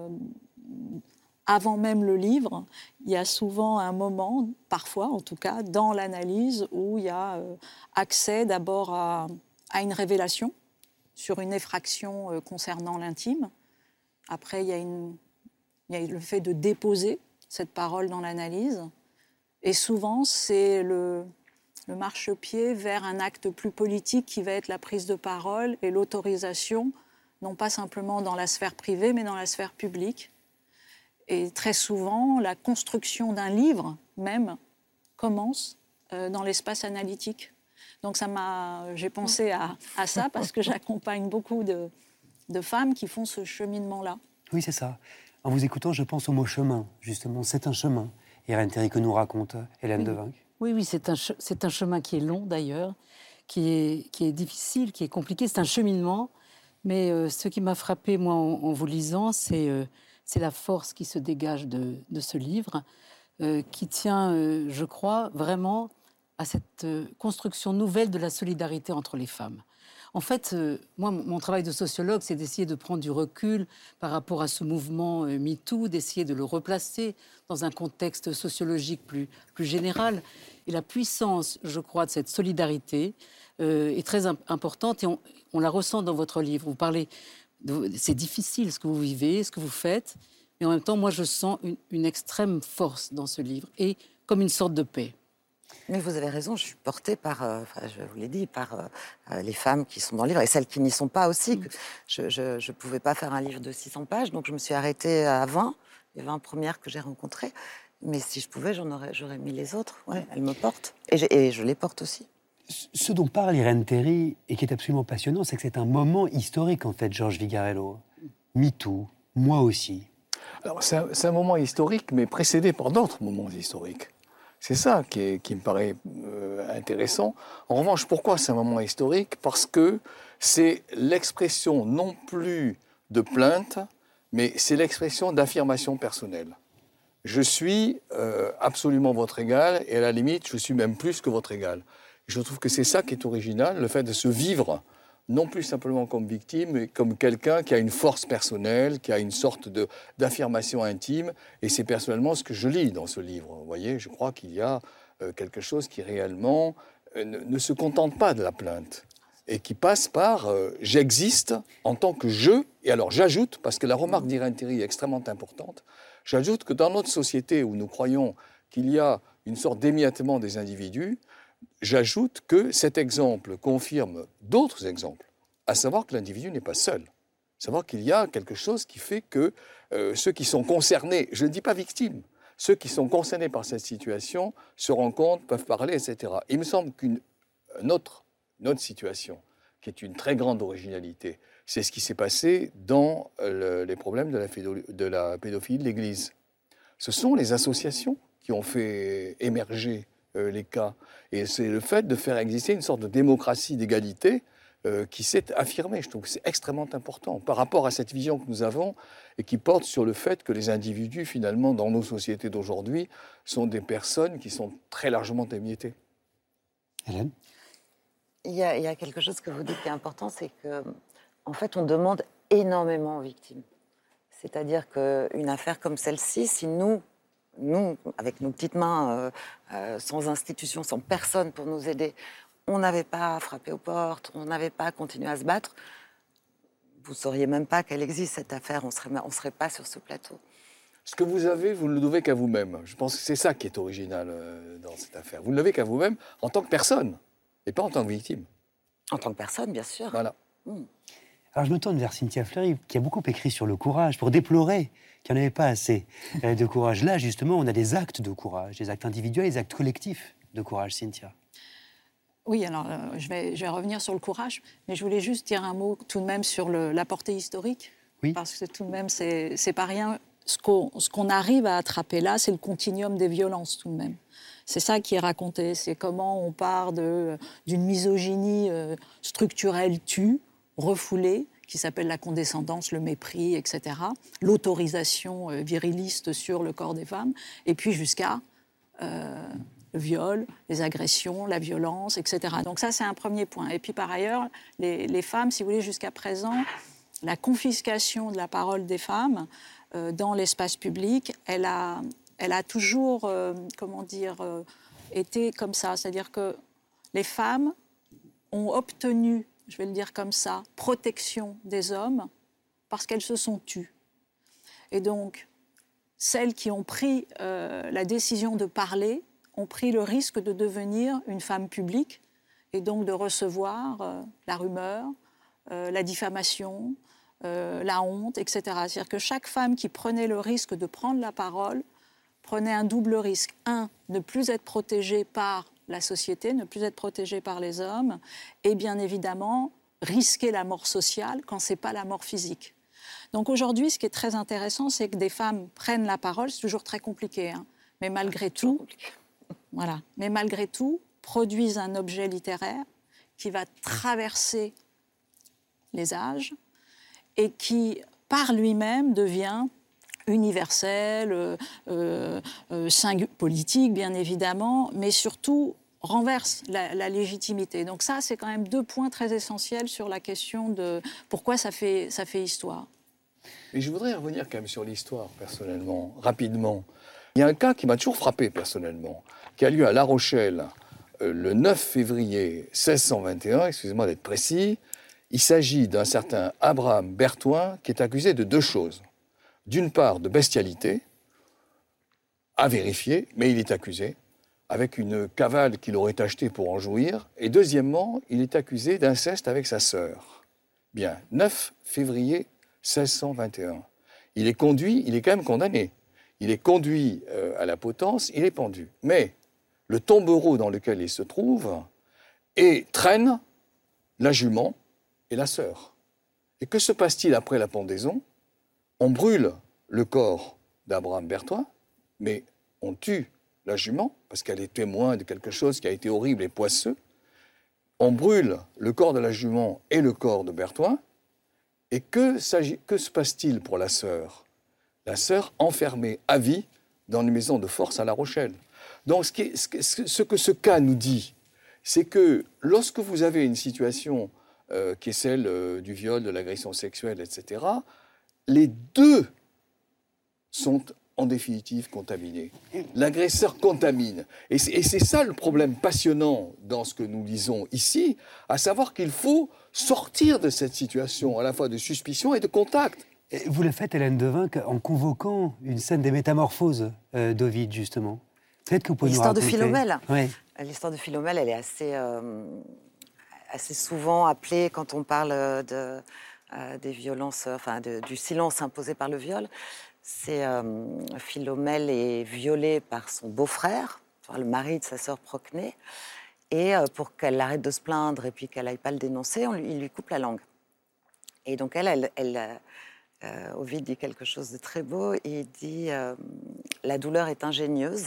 avant même le livre, il y a souvent un moment, parfois en tout cas, dans l'analyse où il y a accès d'abord à une révélation sur une effraction concernant l'intime. Après, il y a le fait de déposer cette parole dans l'analyse. Et souvent, c'est le marchepied vers un acte plus politique qui va être la prise de parole et l'autorisation, non pas simplement dans la sphère privée, mais dans la sphère publique. Et très souvent, la construction d'un livre, même, commence dans l'espace analytique. Donc j'ai pensé à ça parce que j'accompagne beaucoup de femmes qui font ce cheminement-là. Oui, c'est ça. En vous écoutant, je pense au mot chemin, justement. C'est un chemin, Irène Théry, que nous raconte Hélène Devinck. Oui, c'est un chemin qui est long, d'ailleurs, qui est difficile, qui est compliqué. C'est un cheminement. Mais ce qui m'a frappé, moi, en vous lisant, c'est la force qui se dégage de ce livre, qui tient, je crois, vraiment à cette construction nouvelle de la solidarité entre les femmes. En fait, moi, mon travail de sociologue, c'est d'essayer de prendre du recul par rapport à ce mouvement MeToo, d'essayer de le replacer dans un contexte sociologique plus général. Et la puissance, je crois, de cette solidarité est très importante et on la ressent dans votre livre. Vous parlez, c'est difficile ce que vous vivez, ce que vous faites, mais en même temps, moi, je sens une extrême force dans ce livre et comme une sorte de paix. Mais vous avez raison, je suis portée par, je vous l'ai dit, par les femmes qui sont dans le livre et celles qui n'y sont pas aussi. Je ne pouvais pas faire un livre de 600 pages, donc je me suis arrêtée à 20, les 20 premières que j'ai rencontrées. Mais si je pouvais, j'aurais mis les autres. Ouais, elles me portent. Et je les porte aussi. Ce dont parle Irène Théry, et qui est absolument passionnant, c'est que c'est un moment historique, en fait, Georges Vigarello. MeToo, moi aussi. Alors, c'est un moment historique, mais précédé par d'autres moments historiques. C'est ça qui me paraît intéressant. En revanche, pourquoi c'est un moment historique? Parce que c'est l'expression non plus de plainte, mais c'est l'expression d'affirmation personnelle. Je suis absolument votre égal, et à la limite, je suis même plus que votre égal. Je trouve que c'est ça qui est original, le fait de se vivre, non plus simplement comme victime, mais comme quelqu'un qui a une force personnelle, qui a une sorte d'affirmation intime. Et c'est personnellement ce que je lis dans ce livre. Vous voyez, je crois qu'il y a quelque chose qui réellement ne se contente pas de la plainte et qui passe par j'existe en tant que je. Et alors j'ajoute, parce que la remarque d'Irène Théry est extrêmement importante, j'ajoute que dans notre société où nous croyons qu'il y a une sorte d'émiettement des individus, j'ajoute que cet exemple confirme d'autres exemples, à savoir que l'individu n'est pas seul. À savoir qu'il y a quelque chose qui fait que ceux qui sont concernés, je ne dis pas victimes, ceux qui sont concernés par cette situation se rendent compte, peuvent parler, etc. Il me semble qu'une autre situation, qui est une très grande originalité, c'est ce qui s'est passé dans les problèmes de la pédophilie de l'Église. Ce sont les associations qui ont fait émerger les cas. Et c'est le fait de faire exister une sorte de démocratie d'égalité qui s'est affirmée. Je trouve que c'est extrêmement important par rapport à cette vision que nous avons et qui porte sur le fait que les individus, finalement, dans nos sociétés d'aujourd'hui, sont des personnes qui sont très largement émiettées. Hélène ? Il y a quelque chose que vous dites qui est important, c'est que, en fait, on demande énormément aux victimes. C'est-à-dire qu'une affaire comme celle-ci, si nous, avec nos petites mains, sans institution, sans personne pour nous aider, on n'avait pas frappé aux portes, on n'avait pas continué à se battre, vous ne sauriez même pas qu'elle existe, cette affaire, on ne serait pas sur ce plateau. Ce que vous avez, vous ne le devez qu'à vous-même. Je pense que c'est ça qui est original dans cette affaire. Vous ne le devez qu'à vous-même en tant que personne, et pas en tant que victime. En tant que personne, bien sûr. Voilà. Alors je me tourne vers Cynthia Fleury, qui a beaucoup écrit sur le courage, pour déplorer qu'il n'y en avait pas assez de courage. Là, justement, on a des actes de courage, des actes individuels, des actes collectifs de courage, Cynthia. Oui, alors je vais revenir sur le courage, mais je voulais juste dire un mot tout de même sur la portée historique. Oui. Parce que tout de même, c'est pas rien. Ce qu'on arrive à attraper là, c'est le continuum des violences tout de même. C'est ça qui est raconté, c'est comment on part d'une misogynie structurelle refoulée, qui s'appelle la condescendance, le mépris, etc., l'autorisation viriliste sur le corps des femmes, et puis jusqu'à le viol, les agressions, la violence, etc. Donc ça, c'est un premier point. Et puis par ailleurs, les femmes, si vous voulez, jusqu'à présent, la confiscation de la parole des femmes dans l'espace public, elle a toujours, été comme ça. C'est-à-dire que les femmes ont obtenu, je vais le dire comme ça, protection des hommes parce qu'elles se sont tues. Et donc, celles qui ont pris la décision de parler ont pris le risque de devenir une femme publique et donc de recevoir la rumeur, la diffamation, la honte, etc. C'est-à-dire que chaque femme qui prenait le risque de prendre la parole prenait un double risque. Un, ne plus être protégée par la société, ne plus être protégée par les hommes, et bien évidemment, risquer la mort sociale quand ce n'est pas la mort physique. Donc aujourd'hui, ce qui est très intéressant, c'est que des femmes prennent la parole, c'est toujours très compliqué, hein, mais malgré tout, produisent un objet littéraire qui va traverser les âges et qui, par lui-même, devient universel, politique, bien évidemment, mais surtout renverse la légitimité. Donc ça, c'est quand même deux points très essentiels sur la question de pourquoi ça fait histoire. Et je voudrais revenir quand même sur l'histoire, personnellement, rapidement. Il y a un cas qui m'a toujours frappé, personnellement, qui a lieu à La Rochelle, le 9 février 1621, excusez-moi d'être précis. Il s'agit d'un certain Abraham Berthoin qui est accusé de deux choses. D'une part, de bestialité, à vérifier, mais il est accusé, avec une cavale qu'il aurait achetée pour en jouir. Et deuxièmement, il est accusé d'inceste avec sa sœur. Bien, 9 février 1621. Il est quand même condamné. Il est conduit à la potence, il est pendu. Mais le tombereau dans lequel il se trouve traîne la jument et la sœur. Et que se passe-t-il après la pendaison? On brûle le corps d'Abraham Bertois, mais on tue la jument, parce qu'elle est témoin de quelque chose qui a été horrible et poisseux. On brûle le corps de la jument et le corps de Bertois. Et que se passe-t-il pour la sœur? La sœur enfermée à vie dans une maison de force à La Rochelle. Donc ce que ce cas nous dit, c'est que lorsque vous avez une situation qui est celle du viol, de l'agression sexuelle, etc., les deux sont en définitive contaminés. L'agresseur contamine. Et c'est ça le problème passionnant dans ce que nous lisons ici, à savoir qu'il faut sortir de cette situation à la fois de suspicion et de contact. Et vous le faites, Hélène Devinck, en convoquant une scène des métamorphoses d'Ovide, justement. Peut-être que vous pouvez nous raconter. L'histoire de Philomèle. Oui. L'histoire de Philomèle, elle est assez souvent appelée, quand on parle des violences, du silence imposé par le viol. C'est Philomèle est violée par son beau-frère, le mari de sa sœur Procnée, et pour qu'elle arrête de se plaindre et puis qu'elle n'aille pas le dénoncer, il lui coupe la langue. Et donc Ovide dit quelque chose de très beau, il dit la douleur est ingénieuse,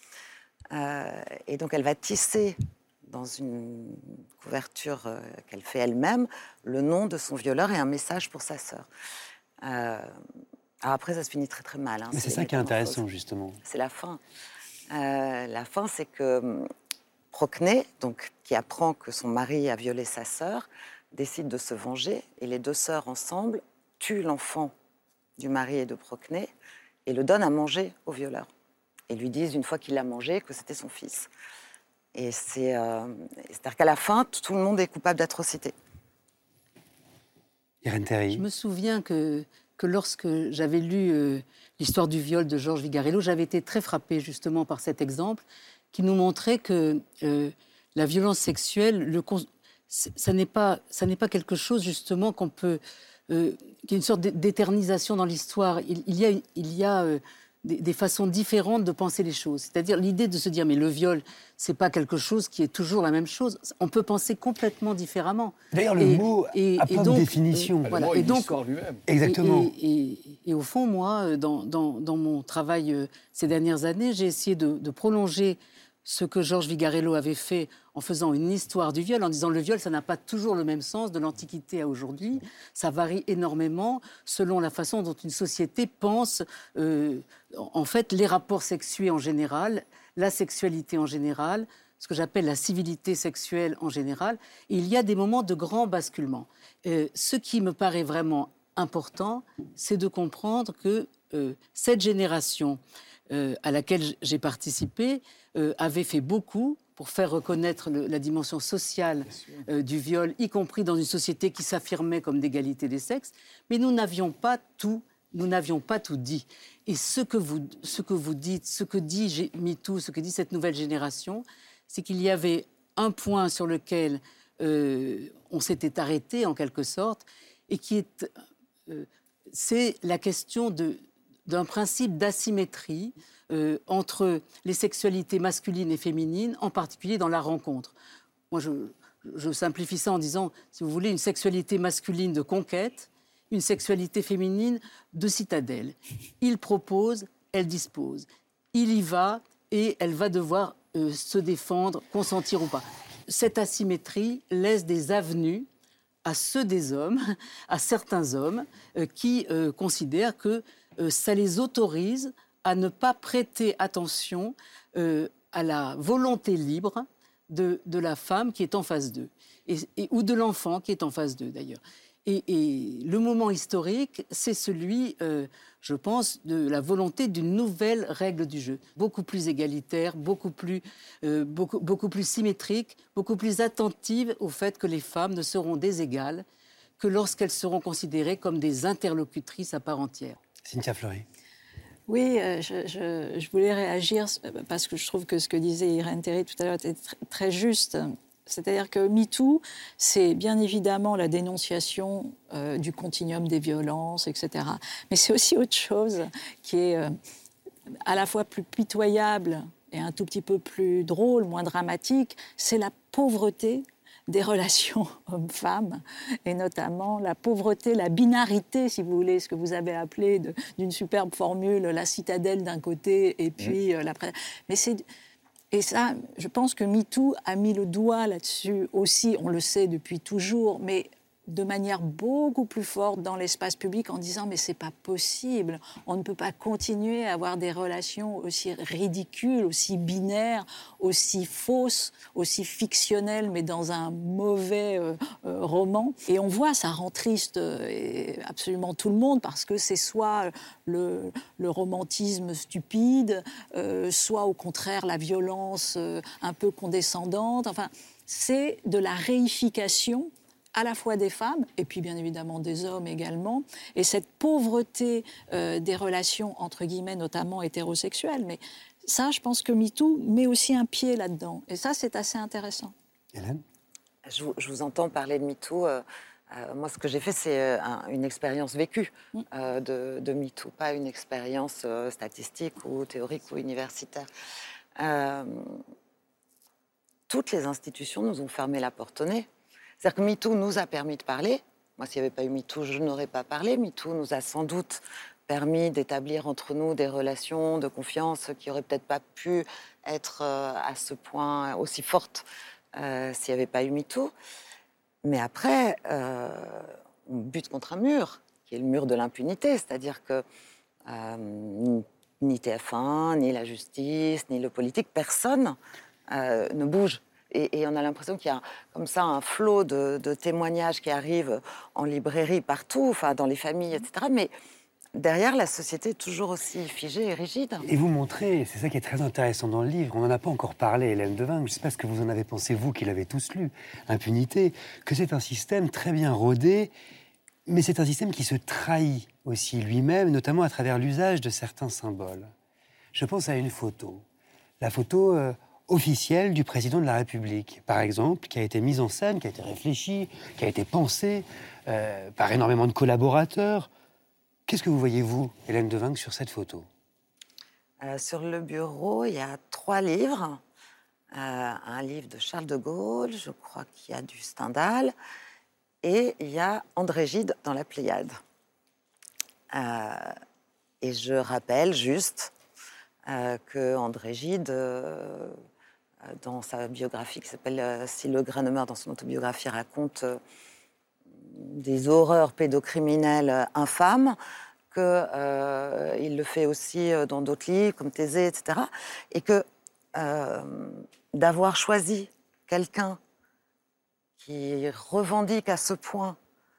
et donc elle va tisser dans une couverture qu'elle fait elle-même le nom de son violeur et un message pour sa sœur. Alors après, ça se finit très très mal. Mais c'est ça qui est intéressant, justement. C'est la fin. La fin, c'est que Procnée, donc, qui apprend que son mari a violé sa sœur, décide de se venger, et les deux sœurs ensemble tuent l'enfant du mari et de Procnée et le donnent à manger au violeur. Et lui disent, une fois qu'il l'a mangé, que c'était son fils. Et c'est-à-dire qu'à la fin, tout le monde est coupable d'atrocité. Irène Théry. Je me souviens que lorsque j'avais lu l'histoire du viol de Georges Vigarello, j'avais été très frappée justement par cet exemple qui nous montrait que la violence sexuelle, ça n'est pas quelque chose justement qu'on peut... qui est une sorte d'éternisation dans l'histoire. Il y a des façons différentes de penser les choses. C'est-à-dire l'idée de se dire, mais le viol, c'est pas quelque chose qui est toujours la même chose. On peut penser complètement différemment. D'ailleurs, le mot a plein de définitions. Voilà. Le mot est l'histoire lui-même. Exactement. Et au fond, moi, dans mon travail ces dernières années, j'ai essayé de prolonger ce que Georges Vigarello avait fait en faisant une histoire du viol, en disant le viol, ça n'a pas toujours le même sens de l'Antiquité à aujourd'hui. Ça varie énormément selon la façon dont une société pense, en fait, les rapports sexués en général, la sexualité en général, ce que j'appelle la civilité sexuelle en général. Et il y a des moments de grand basculement. Ce qui me paraît vraiment important, c'est de comprendre que cette génération à laquelle j'ai participé avait fait beaucoup pour faire reconnaître la dimension sociale du viol, y compris dans une société qui s'affirmait comme d'égalité des sexes, mais nous n'avions pas tout dit. Et ce que vous dites, ce que dit MeToo, ce que dit cette nouvelle génération, c'est qu'il y avait un point sur lequel on s'était arrêté en quelque sorte, et c'est la question d'un principe d'asymétrie entre les sexualités masculines et féminines, en particulier dans la rencontre. Moi, je simplifie ça en disant, si vous voulez, une sexualité masculine de conquête, une sexualité féminine de citadelle. Il propose, elle dispose. Il y va et elle va devoir se défendre, consentir ou pas. Cette asymétrie laisse des avenues à ceux des hommes, à certains hommes, qui considèrent que ça les autorise à ne pas prêter attention à la volonté libre de la femme qui est en face d'eux, ou de l'enfant qui est en face d'eux, d'ailleurs. Et le moment historique, c'est celui, je pense, de la volonté d'une nouvelle règle du jeu, beaucoup plus égalitaire, beaucoup plus symétrique, beaucoup plus attentive au fait que les femmes ne seront des égales que lorsqu'elles seront considérées comme des interlocutrices à part entière. Cynthia Fleury. Oui, je voulais réagir parce que je trouve que ce que disait Irène Théry tout à l'heure était très juste. C'est-à-dire que MeToo, c'est bien évidemment la dénonciation du continuum des violences, etc. Mais c'est aussi autre chose qui est à la fois plus pitoyable et un tout petit peu plus drôle, moins dramatique, c'est la pauvreté des relations hommes-femmes, et notamment la pauvreté, la binarité, si vous voulez, ce que vous avez appelé d'une superbe formule, la citadelle d'un côté et puis la... Mais c'est... Et ça, je pense que MeToo a mis le doigt là-dessus aussi, on le sait depuis toujours, mais de manière beaucoup plus forte dans l'espace public en disant « mais c'est pas possible, on ne peut pas continuer à avoir des relations aussi ridicules, aussi binaires, aussi fausses, aussi fictionnelles, mais dans un mauvais roman ». Et on voit, ça rend triste absolument tout le monde, parce que c'est soit le romantisme stupide, soit au contraire la violence un peu condescendante. Enfin, c'est de la réification à la fois des femmes, et puis bien évidemment des hommes également, et cette pauvreté des relations, entre guillemets, notamment hétérosexuelles. Mais ça, je pense que MeToo met aussi un pied là-dedans. Et ça, c'est assez intéressant. Hélène ? Je vous entends parler de MeToo. Moi, ce que j'ai fait, c'est une expérience vécue de MeToo, pas une expérience statistique ou théorique ou universitaire. Toutes les institutions nous ont fermé la porte au nez. C'est-à-dire que MeToo nous a permis de parler. Moi, s'il n'y avait pas eu MeToo, je n'aurais pas parlé. MeToo nous a sans doute permis d'établir entre nous des relations de confiance qui n'auraient peut-être pas pu être à ce point aussi fortes s'il n'y avait pas eu MeToo. Mais après, on bute contre un mur, qui est le mur de l'impunité. C'est-à-dire que ni TF1, ni la justice, ni le politique, personne ne bouge. Et on a l'impression qu'il y a comme ça un flot de témoignages qui arrivent en librairie partout, enfin dans les familles, etc. Mais derrière, la société est toujours aussi figée et rigide. Et vous montrez, c'est ça qui est très intéressant dans le livre, on n'en a pas encore parlé, Hélène Devingue, je ne sais pas ce que vous en avez pensé, vous qui l'avez tous lu, Impunité, que c'est un système très bien rodé, mais c'est un système qui se trahit aussi lui-même, notamment à travers l'usage de certains symboles. Je pense à une photo, la photo officielle du président de la République, par exemple, qui a été mise en scène, qui a été réfléchie, qui a été pensée par énormément de collaborateurs. Qu'est-ce que vous voyez, vous, Hélène Devingue, sur cette photo ? Sur le bureau, il y a 3 livres. Un livre de Charles de Gaulle, je crois qu'il y a du Stendhal, et il y a André Gide dans la Pléiade. Et je rappelle juste que André Gide, dans sa biographie qui s'appelle « Si le grain ne meurt », dans son autobiographie, raconte des horreurs pédocriminelles infâmes, qu'il le fait aussi dans d'autres livres, comme Thésée, etc. Et que d'avoir choisi quelqu'un qui revendique à ce point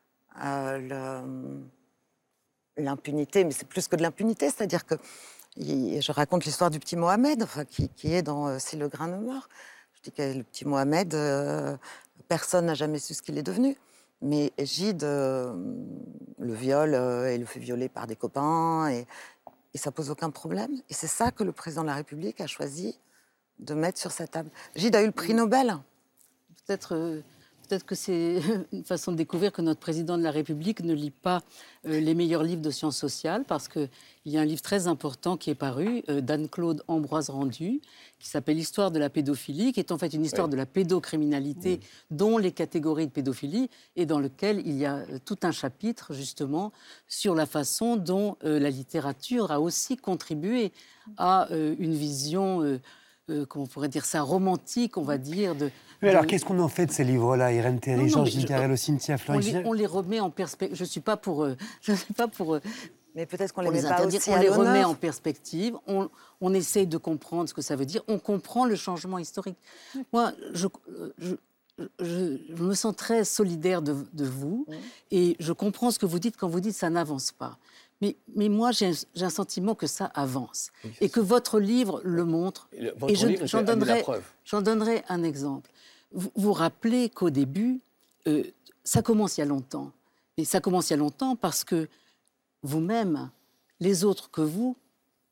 l'impunité, mais c'est plus que de l'impunité, c'est-à-dire que je raconte l'histoire du petit Mohamed, enfin, qui est dans « Si le grain ne meurt ». Je dis que le petit Mohamed, personne n'a jamais su ce qu'il est devenu. Mais Gide le viole et le fait violer par des copains, et ça pose aucun problème. Et c'est ça que le président de la République a choisi de mettre sur sa table. Gide a eu le prix Nobel. Peut-être que c'est une façon de découvrir que notre président de la République ne lit pas les meilleurs livres de sciences sociales, parce qu'il y a un livre très important qui est paru, d'Anne-Claude Ambroise Rendu, qui s'appelle « Histoire de la pédophilie », qui est en fait une histoire de la pédocriminalité, dont les catégories de pédophilie, et dans lequel il y a tout un chapitre, justement, sur la façon dont la littérature a aussi contribué à une vision... comment on pourrait dire ça, romantique, on va dire. Mais alors, qu'est-ce qu'on en fait de ces livres-là, Irène Théry, Georges Dicarello, Cynthia Fleury? On les remet en perspective. Je ne suis pas pour... mais peut-être qu'on les met pas aussi on à les l'honneur. remet en perspective, on essaye de comprendre ce que ça veut dire, on comprend le changement historique. Moi, je me sens très solidaire de vous, et je comprends ce que vous dites quand vous dites « ça n'avance pas ». Mais moi, j'ai un sentiment que ça avance. Oui, et que votre livre le montre. Votre livre, j'en donnerai un exemple. Vous rappelez qu'au début, ça commence il y a longtemps. Et ça commence il y a longtemps parce que vous-même, les autres que vous,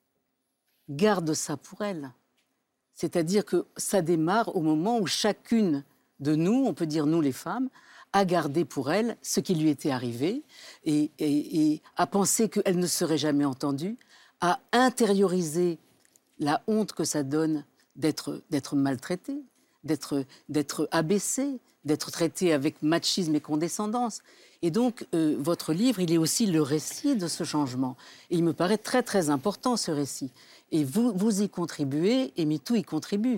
garde ça pour elle. C'est-à-dire que ça démarre au moment où chacune de nous, on peut dire nous les femmes, a gardé pour elle ce qui lui était arrivé et a pensé qu'elle ne serait jamais entendue, a intériorisé la honte que ça donne d'être maltraitée, d'être abaissée, d'être traitée avec machisme et condescendance. Et donc, votre livre, il est aussi le récit de ce changement. Et il me paraît très, très important, ce récit. Et vous y contribuez, et MeToo y contribue.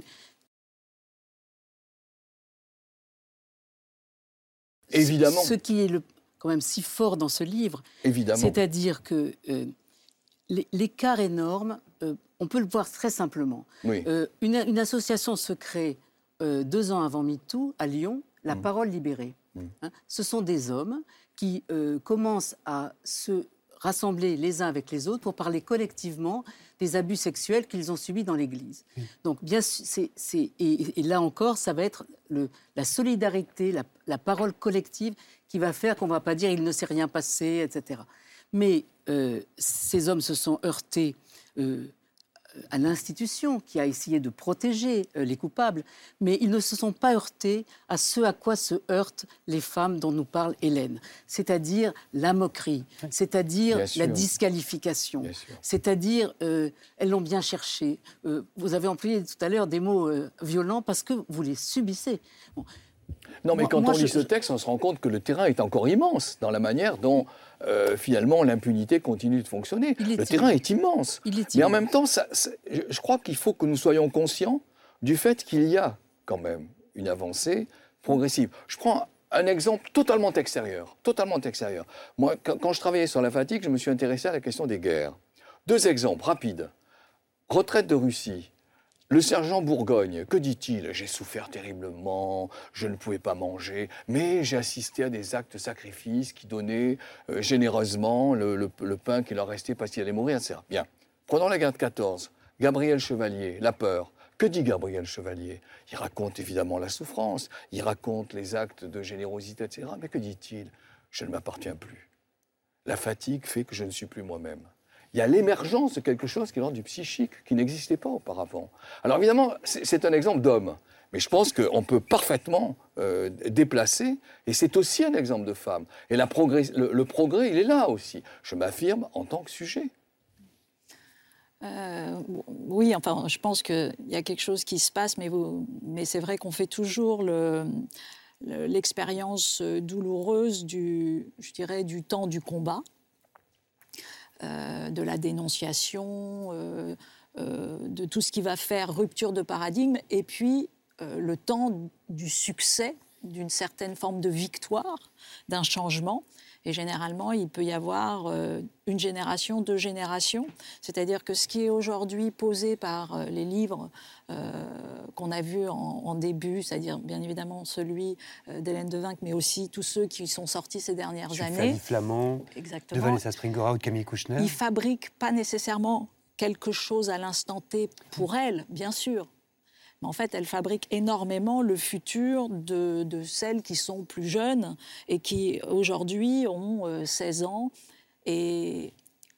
Évidemment. Ce qui est quand même si fort dans ce livre, c'est-à-dire que l'écart énorme, on peut le voir très simplement. Oui. Une association se crée 2 ans avant MeToo, à Lyon, La Parole Libérée. Hein, ce sont des hommes qui commencent à se rassembler les uns avec les autres pour parler collectivement des abus sexuels qu'ils ont subis dans l'Église. Donc, bien sûr, et là encore, ça va être la solidarité, la parole collective qui va faire qu'on ne va pas dire « il ne s'est rien passé », etc. Mais ces hommes se sont heurtés à l'institution qui a essayé de protéger les coupables, mais ils ne se sont pas heurtés à ce à quoi se heurtent les femmes dont nous parle Hélène, c'est-à-dire la moquerie, c'est-à-dire la disqualification, c'est-à-dire, elles l'ont bien cherché. Vous avez employé tout à l'heure des mots violents parce que vous les subissez. Bon. Non, mais quand on lit ce texte, on se rend compte que le terrain est encore immense dans la manière dont, finalement, l'impunité continue de fonctionner. Le terrain est immense. Mais en même temps, je crois qu'il faut que nous soyons conscients du fait qu'il y a quand même une avancée progressive. Je prends un exemple totalement extérieur. Moi, quand je travaillais sur la fatigue, je me suis intéressé à la question des guerres. 2 exemples rapides. Retraite de Russie. Le sergent Bourgogne, que dit-il ? J'ai souffert terriblement, je ne pouvais pas manger, mais j'ai assisté à des actes de sacrifice qui donnaient généreusement le pain qui leur restait parce qu'il allait mourir, etc. Bien. Prenons la guerre de 14. Gabriel Chevalier, la peur. Que dit Gabriel Chevalier ? Il raconte évidemment la souffrance, il raconte les actes de générosité, etc. Mais que dit-il ? Je ne m'appartiens plus. La fatigue fait que je ne suis plus moi-même. Il y a l'émergence de quelque chose qui est l'ordre du psychique, qui n'existait pas auparavant. Alors évidemment, c'est un exemple d'homme, mais je pense qu'on peut parfaitement déplacer, et c'est aussi un exemple de femme. Et le progrès, il est là aussi. Je m'affirme en tant que sujet. Oui, enfin, je pense qu'il y a quelque chose qui se passe, mais c'est vrai qu'on fait toujours l'expérience douloureuse du temps du combat. De la dénonciation, de tout ce qui va faire rupture de paradigme, et puis le temps du succès, d'une certaine forme de victoire, d'un changement. Et généralement, il peut y avoir 1 génération, 2 générations. C'est-à-dire que ce qui est aujourd'hui posé par les livres qu'on a vus en début, c'est-à-dire bien évidemment celui d'Hélène Devinck, mais aussi tous ceux qui sont sortis ces dernières années. Fanny Flament, de Vanessa Springora ou de Camille Kouchner. Ils ne fabriquent pas nécessairement quelque chose à l'instant T pour elles, bien sûr. Mais en fait, elle fabrique énormément le futur de celles qui sont plus jeunes et qui, aujourd'hui, ont 16 ans et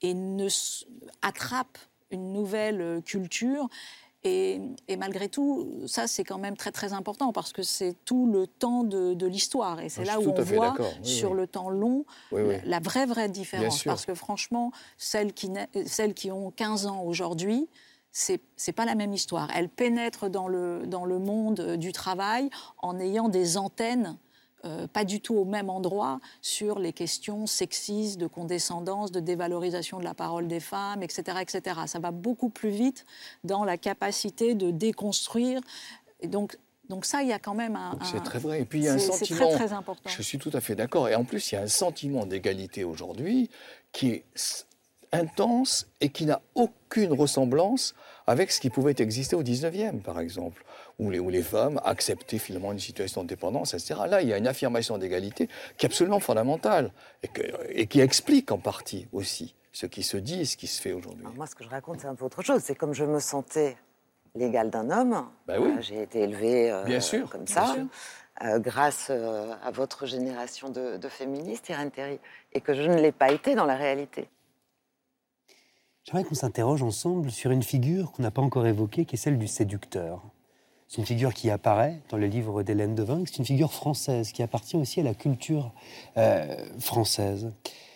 attrapent une nouvelle culture. Et malgré tout, ça, c'est quand même très, très important parce que c'est tout le temps de l'histoire. Et c'est là où on voit, sur le temps long, la vraie différence. Parce que franchement, celles qui ont 15 ans aujourd'hui, c'est pas la même histoire. Elle pénètre dans le monde du travail en ayant des antennes pas du tout au même endroit sur les questions sexistes, de condescendance, de dévalorisation de la parole des femmes, etc., etc. Ça va beaucoup plus vite dans la capacité de déconstruire. Et donc ça, il y a quand même c'est très vrai. Et puis il y a un sentiment. C'est très, très important. Je suis tout à fait d'accord. Et en plus, il y a un sentiment d'égalité aujourd'hui qui est intense et qui n'a aucune ressemblance avec ce qui pouvait exister au 19e, par exemple, où les femmes acceptaient finalement une situation de dépendance, etc. Là, il y a une affirmation d'égalité qui est absolument fondamentale et qui explique en partie aussi ce qui se dit et ce qui se fait aujourd'hui. Moi, ce que je raconte, c'est un peu autre chose. C'est comme je me sentais l'égale d'un homme. J'ai été élevée comme ça. Grâce à votre génération de féministes, Irène Théry, et que je ne l'ai pas été dans la réalité. J'aimerais qu'on s'interroge ensemble sur une figure qu'on n'a pas encore évoquée, qui est celle du séducteur. C'est une figure qui apparaît dans le livre d'Hélène Devinck, c'est une figure française, qui appartient aussi à la culture française.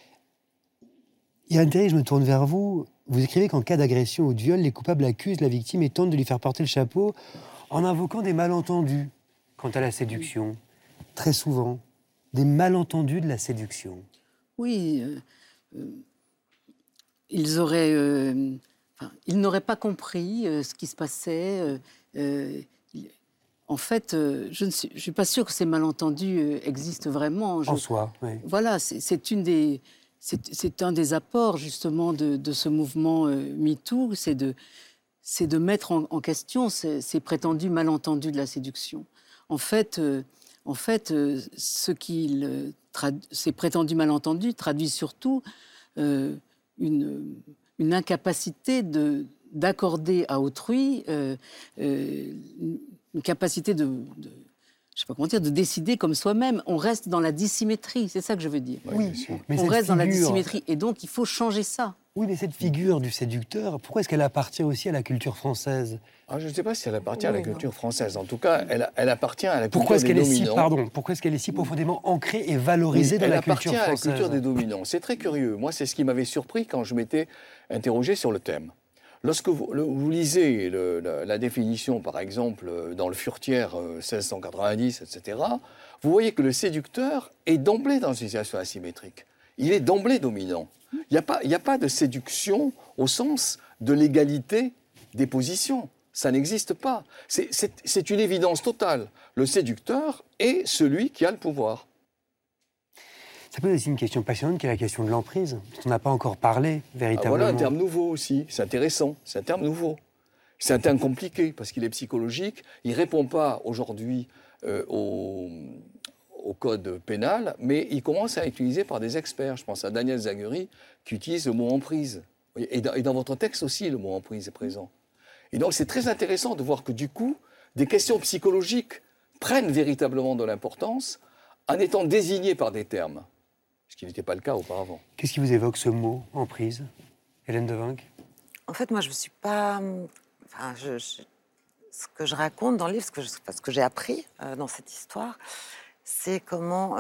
Irène Théry, je me tourne vers vous. Vous écrivez qu'en cas d'agression ou de viol, les coupables accusent la victime et tentent de lui faire porter le chapeau en invoquant des malentendus quant à la séduction. Très souvent, des malentendus de la séduction. Oui, ils n'auraient pas compris ce qui se passait. En fait, je ne suis pas sûre que ces malentendus existent vraiment. En soi, oui. Voilà, c'est un des apports justement de ce mouvement MeToo, c'est de mettre en question ces prétendus malentendus de la séduction. En fait, ces prétendus malentendus traduisent surtout une incapacité d'accorder à autrui une capacité je sais pas comment dire, de décider comme soi-même. On reste dans la dissymétrie, c'est ça que je veux dire. Oui, mais on reste dans la dissymétrie, et donc il faut changer ça. Oui, mais cette figure du séducteur, pourquoi est-ce qu'elle appartient aussi à la culture française ? Je ne sais pas si elle appartient à la culture française. En tout cas, elle appartient à la culture des dominants. Pourquoi est-ce qu'elle est si profondément ancrée et valorisée dans la culture française ? Elle appartient à la culture des dominants. C'est très curieux. Moi, c'est ce qui m'avait surpris quand je m'étais interrogé sur le thème. Lorsque vous lisez la définition, par exemple, dans le Furetière 1690, etc., vous voyez que le séducteur est d'emblée dans une situation asymétrique. Il est d'emblée dominant. Il n'y a pas de séduction au sens de l'égalité des positions. Ça n'existe pas. C'est une évidence totale. Le séducteur est celui qui a le pouvoir. Ça pose aussi une question passionnante qui est la question de l'emprise, dont on n'a pas encore parlé véritablement. Voilà un terme nouveau aussi, c'est intéressant, c'est un terme nouveau. C'est un terme compliqué parce qu'il est psychologique, il ne répond pas aujourd'hui au code pénal, mais il commence à être utilisé par des experts. Je pense à Daniel Zaguri qui utilise le mot emprise. Et dans votre texte aussi, le mot emprise est présent. Et donc c'est très intéressant de voir que du coup, des questions psychologiques prennent véritablement de l'importance en étant désignées par des termes. Ce qui n'était pas le cas auparavant. Qu'est-ce qui vous évoque ce mot, emprise, Hélène Devinck ? En fait, moi, je ne me suis pas... Enfin, ce que je raconte dans le livre, ce que j'ai appris dans cette histoire, c'est comment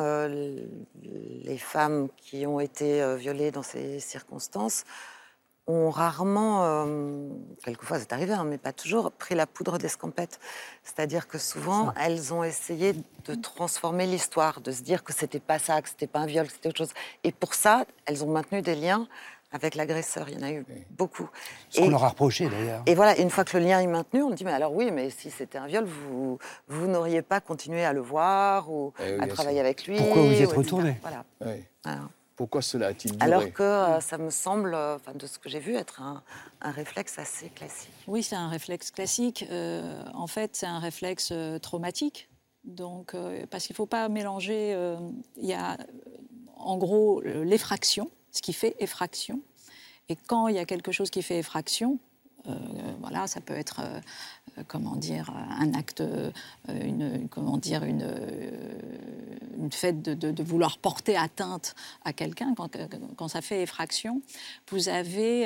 les femmes qui ont été violées dans ces circonstances ont rarement, quelquefois c'est arrivé, mais pas toujours, pris la poudre d'escampette. C'est-à-dire que souvent, elles ont essayé de transformer l'histoire, de se dire que c'était pas ça, que c'était pas un viol, que c'était autre chose. Et pour ça, elles ont maintenu des liens avec l'agresseur. Il y en a eu beaucoup. Ce qu'on leur a reproché, d'ailleurs. Et voilà, une fois que le lien est maintenu, on dit, mais alors oui, mais si c'était un viol, vous n'auriez pas continué à le voir ou à travailler avec lui. Pourquoi vous y êtes retourné ? Voilà. Oui. Alors. Pourquoi cela a-t-il duré ? Alors que ça me semble, de ce que j'ai vu, être un réflexe assez classique. Oui, c'est un réflexe classique. En fait, c'est un réflexe traumatique. Donc, parce qu'il ne faut pas mélanger... Il y a, en gros, l'effraction, ce qui fait effraction. Et quand il y a quelque chose qui fait effraction, voilà, ça peut être, un acte, une fait de vouloir porter atteinte à quelqu'un. Quand ça fait effraction, vous avez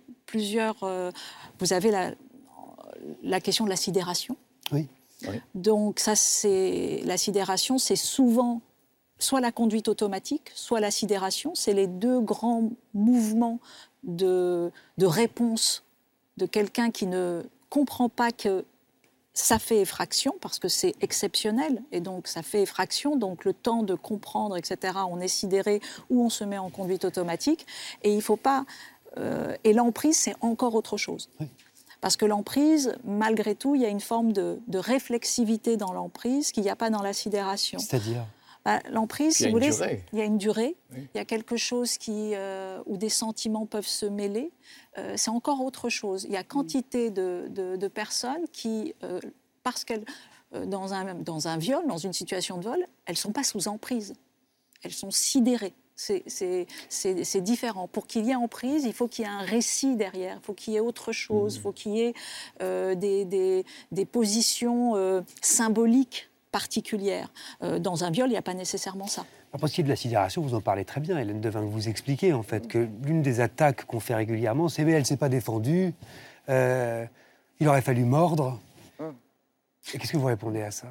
vous avez la question de la sidération. Oui. Oui. Donc ça, la sidération, c'est souvent soit la conduite automatique, soit la sidération. C'est les deux grands mouvements de réponse de quelqu'un qui ne comprend pas que ça fait effraction, parce que c'est exceptionnel, et donc ça fait effraction, donc le temps de comprendre, etc., on est sidéré ou on se met en conduite automatique, et il ne faut pas... et l'emprise, c'est encore autre chose. Oui. Parce que l'emprise, malgré tout, il y a une forme de réflexivité dans l'emprise qu'il n'y a pas dans la sidération. C'est-à-dire ? L'emprise, si vous voulez, il y a une durée, oui. Il y a quelque chose où des sentiments peuvent se mêler. C'est encore autre chose. Il y a quantité de personnes qui, parce qu'elles, dans un viol, dans une situation de viol, elles ne sont pas sous emprise. Elles sont sidérées. C'est différent. Pour qu'il y ait emprise, il faut qu'il y ait un récit derrière, il faut qu'il y ait autre chose, il faut qu'il y ait des positions symboliques particulière. Dans un viol, il n'y a pas nécessairement ça. Pour ce qui est de la sidération, vous en parlez très bien, Hélène Devin, vous expliquez en fait que l'une des attaques qu'on fait régulièrement, c'est mais elle ne s'est pas défendue, il aurait fallu mordre. Et qu'est-ce que vous répondez à ça?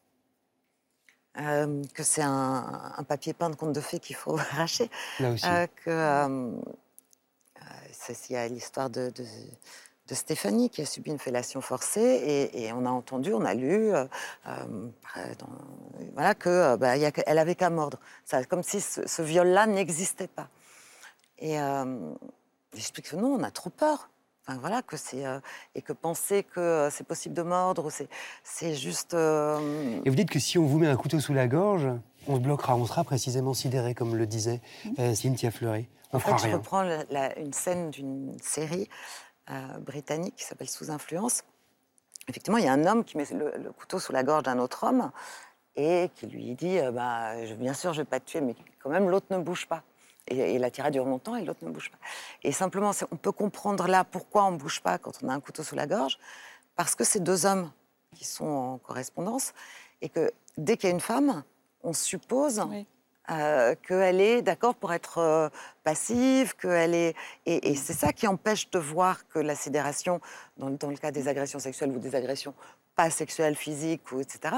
Que c'est un papier peint de conte de fées qu'il faut arracher. Là aussi. Il y a l'histoire de Stéphanie qui a subi une fellation forcée et on a entendu, on a lu qu'elle avait qu'à mordre. Ça, comme si ce viol-là n'existait pas. Et j'explique que non, on a trop peur. Enfin, voilà, et que penser que c'est possible de mordre, c'est juste... Et vous dites que si on vous met un couteau sous la gorge, on se bloquera, on sera précisément sidéré, comme le disait Cynthia Fleury. On fera rien. Je reprends une scène d'une série britannique qui s'appelle Sous influence. Effectivement, il y a un homme qui met le couteau sous la gorge d'un autre homme et qui lui dit bien sûr, je ne vais pas te tuer, mais quand même, l'autre ne bouge pas. Et la tirade dure longtemps et l'autre ne bouge pas. Et simplement, on peut comprendre là pourquoi on ne bouge pas quand on a un couteau sous la gorge, parce que c'est deux hommes qui sont en correspondance et que dès qu'il y a une femme, on suppose qu'elle est d'accord pour être passive, qu'elle est... Et c'est ça qui empêche de voir que la sidération, dans le cas des agressions sexuelles ou des agressions pas sexuelles, physiques, etc.,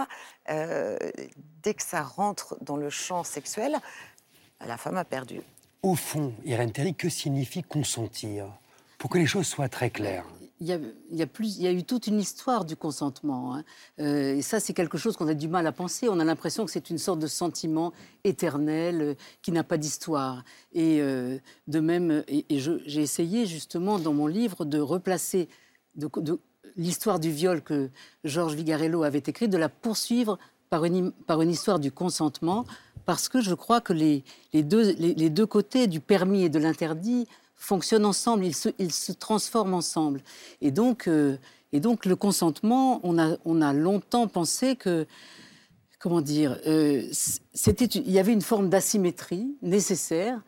dès que ça rentre dans le champ sexuel, la femme a perdu. Au fond, Irène Théry, que signifie consentir? Pour que les choses soient très claires. Il y a eu toute une histoire du consentement. Hein. Et ça, c'est quelque chose qu'on a du mal à penser. On a l'impression que c'est une sorte de sentiment éternel qui n'a pas d'histoire. Et de même, j'ai essayé justement dans mon livre de replacer l'histoire du viol que Georges Vigarello avait écrit, de la poursuivre par une histoire du consentement, parce que je crois que les deux côtés du permis et de l'interdit fonctionnent ensemble, ils se transforment ensemble. Et donc le consentement, on a longtemps pensé que, comment dire, il y avait une forme d'asymétrie nécessaire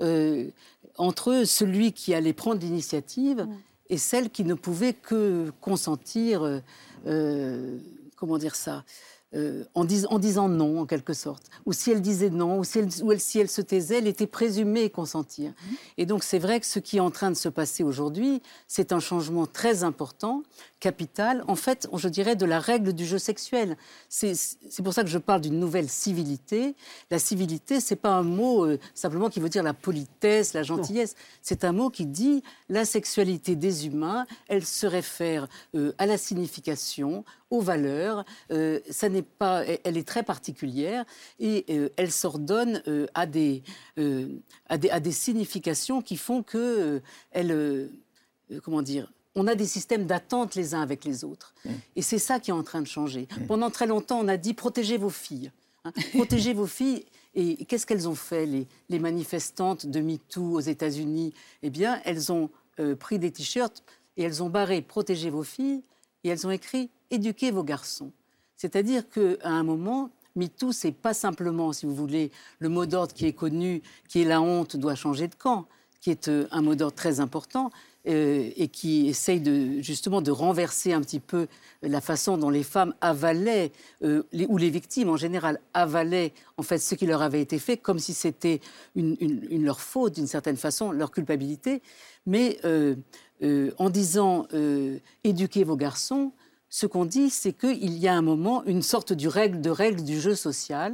entre celui qui allait prendre l'initiative et celle qui ne pouvait que consentir, comment dire ça, en disant non, en quelque sorte. Ou si elle disait non, ou si elle se taisait, elle était présumée consentir. Et donc, c'est vrai que ce qui est en train de se passer aujourd'hui, c'est un changement très important, capital, en fait, je dirais, de la règle du jeu sexuel. C'est pour ça que je parle d'une nouvelle civilité. La civilité, c'est pas un mot simplement qui veut dire la politesse, la gentillesse. Non. C'est un mot qui dit la sexualité des humains, elle se réfère à la signification, aux valeurs. Elle est très particulière et elle s'ordonne à des significations qui font que comment dire, on a des systèmes d'attente les uns avec les autres. Et c'est ça qui est en train de changer. Pendant très longtemps, on a dit protégez vos filles. Hein, protégez vos filles. Et qu'est-ce qu'elles ont fait, les manifestantes de MeToo aux États-Unis? Eh bien, elles ont pris des t-shirts et elles ont barré protégez vos filles et elles ont écrit éduquez vos garçons. C'est-à-dire qu'à un moment, MeToo, c'est pas simplement, si vous voulez, le mot d'ordre qui est connu, qui est la honte doit changer de camp, qui est un mot d'ordre très important et qui essaye justement de renverser un petit peu la façon dont les femmes avalaient, ou les victimes en général avalaient en fait ce qui leur avait été fait, comme si c'était leur faute d'une certaine façon, leur culpabilité. Mais en disant éduquez vos garçons, ce qu'on dit, c'est qu'il y a un moment une sorte de règle du jeu social.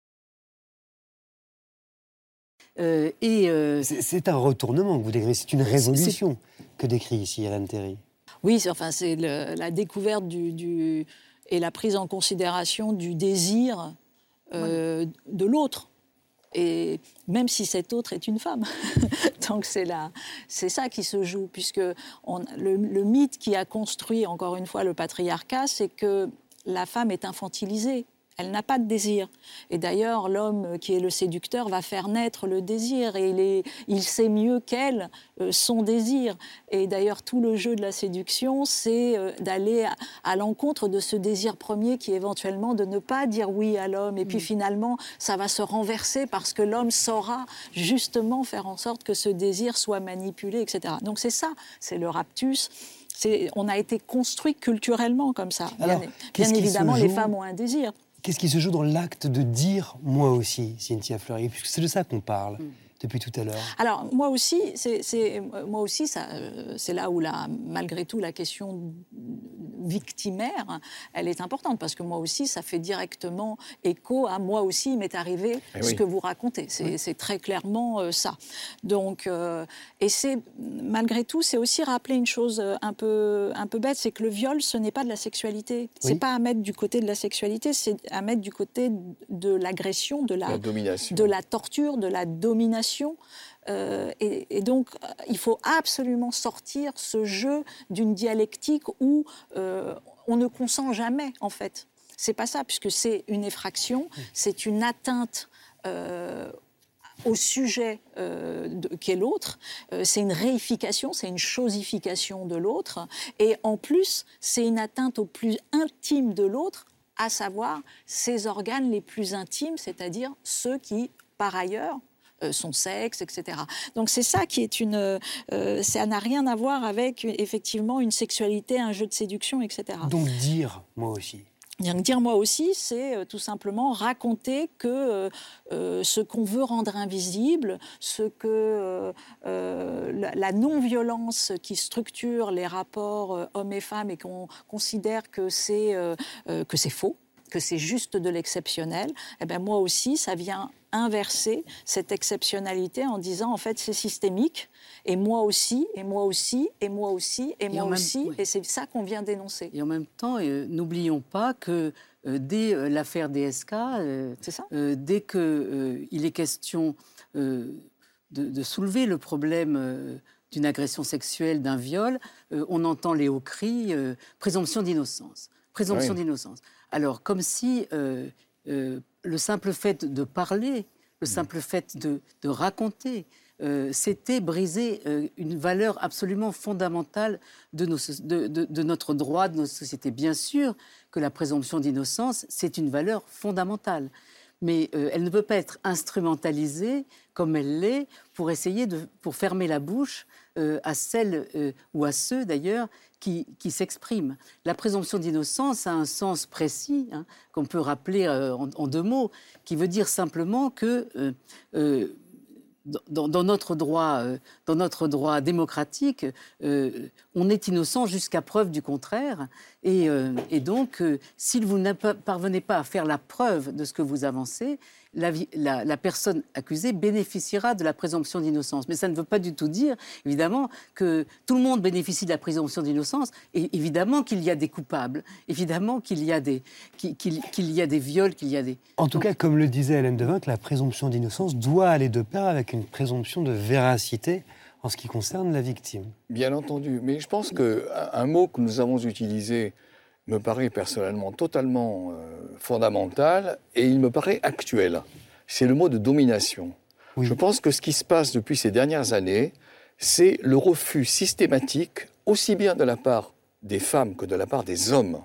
C'est un retournement que vous décrivez, c'est une révolution que décrit ici Irène Théry. Oui, c'est la découverte et la prise en considération du désir de l'autre. Et même si cet autre est une femme. Donc c'est ça qui se joue, puisque le mythe qui a construit, encore une fois, le patriarcat, c'est que la femme est infantilisée. Elle n'a pas de désir. Et d'ailleurs, l'homme qui est le séducteur va faire naître le désir. Et il sait mieux qu'elle son désir. Et d'ailleurs, tout le jeu de la séduction, c'est d'aller à l'encontre de ce désir premier qui est éventuellement de ne pas dire oui à l'homme. Et puis finalement, ça va se renverser parce que l'homme saura justement faire en sorte que ce désir soit manipulé, etc. Donc c'est ça, c'est le raptus. On a été construit culturellement comme ça. Alors, bien évidemment, les femmes ont un désir. Qu'est-ce qui se joue dans l'acte de dire « moi aussi », Cynthia Fleury, puisque c'est de ça qu'on parle depuis tout à l'heure. Alors, moi aussi, c'est là où, malgré tout, la question victimaire, elle est importante, parce que moi aussi, ça fait directement écho à moi aussi, il m'est arrivé ce que vous racontez. C'est très clairement ça. Donc, et c'est, malgré tout, c'est aussi rappeler une chose un peu bête, c'est que le viol, ce n'est pas de la sexualité. C'est pas à mettre du côté de la sexualité, c'est à mettre du côté de l'agression, de la domination, de la torture, de la domination. Et donc, il faut absolument sortir ce jeu d'une dialectique où on ne consent jamais, en fait. C'est pas ça, puisque c'est une effraction, c'est une atteinte au sujet qu'est l'autre, c'est une réification, c'est une chosification de l'autre, et en plus, c'est une atteinte au plus intime de l'autre, à savoir ses organes les plus intimes, c'est-à-dire ceux qui, par ailleurs, son sexe, etc. Donc c'est ça qui est ça n'a rien à voir avec effectivement une sexualité, un jeu de séduction, etc. Donc dire moi aussi. Dire moi aussi, c'est tout simplement raconter que ce qu'on veut rendre invisible, ce que la non-violence qui structure les rapports hommes et femmes et qu'on considère que c'est faux, que c'est juste de l'exceptionnel, eh bien moi aussi, ça vient inverser cette exceptionnalité en disant, en fait, c'est systémique, et moi aussi, et moi aussi, et moi aussi, et moi aussi, et c'est ça qu'on vient dénoncer. Et en même temps, n'oublions pas que dès l'affaire DSK, dès qu'il est question de soulever le problème d'une agression sexuelle, d'un viol, on entend les hauts cris « présomption d'innocence ». Présomption d'innocence. Alors, comme si le simple fait de parler, le simple fait de raconter, c'était briser une valeur absolument fondamentale de notre droit, de notre société. Bien sûr que la présomption d'innocence, c'est une valeur fondamentale. Mais elle ne peut pas être instrumentalisée comme elle l'est pour essayer pour fermer la bouche à celles ou à ceux d'ailleurs qui s'expriment. La présomption d'innocence a un sens précis, qu'on peut rappeler en deux mots, qui veut dire simplement que dans notre droit démocratique, on est innocent jusqu'à preuve du contraire. Et donc, si vous ne parvenez pas à faire la preuve de ce que vous avancez, la personne accusée bénéficiera de la présomption d'innocence. Mais ça ne veut pas du tout dire, évidemment, que tout le monde bénéficie de la présomption d'innocence. Et évidemment qu'il y a des coupables, évidemment qu'il y a des viols, qu'il y a des... En tout cas, comme le disait Hélène Devin, que la présomption d'innocence doit aller de pair avec une présomption de véracité en ce qui concerne la victime. Bien entendu, mais je pense qu'un mot que nous avons utilisé me paraît personnellement totalement fondamental et il me paraît actuel. C'est le mot de domination. Oui. Je pense que ce qui se passe depuis ces dernières années, c'est le refus systématique, aussi bien de la part des femmes que de la part des hommes.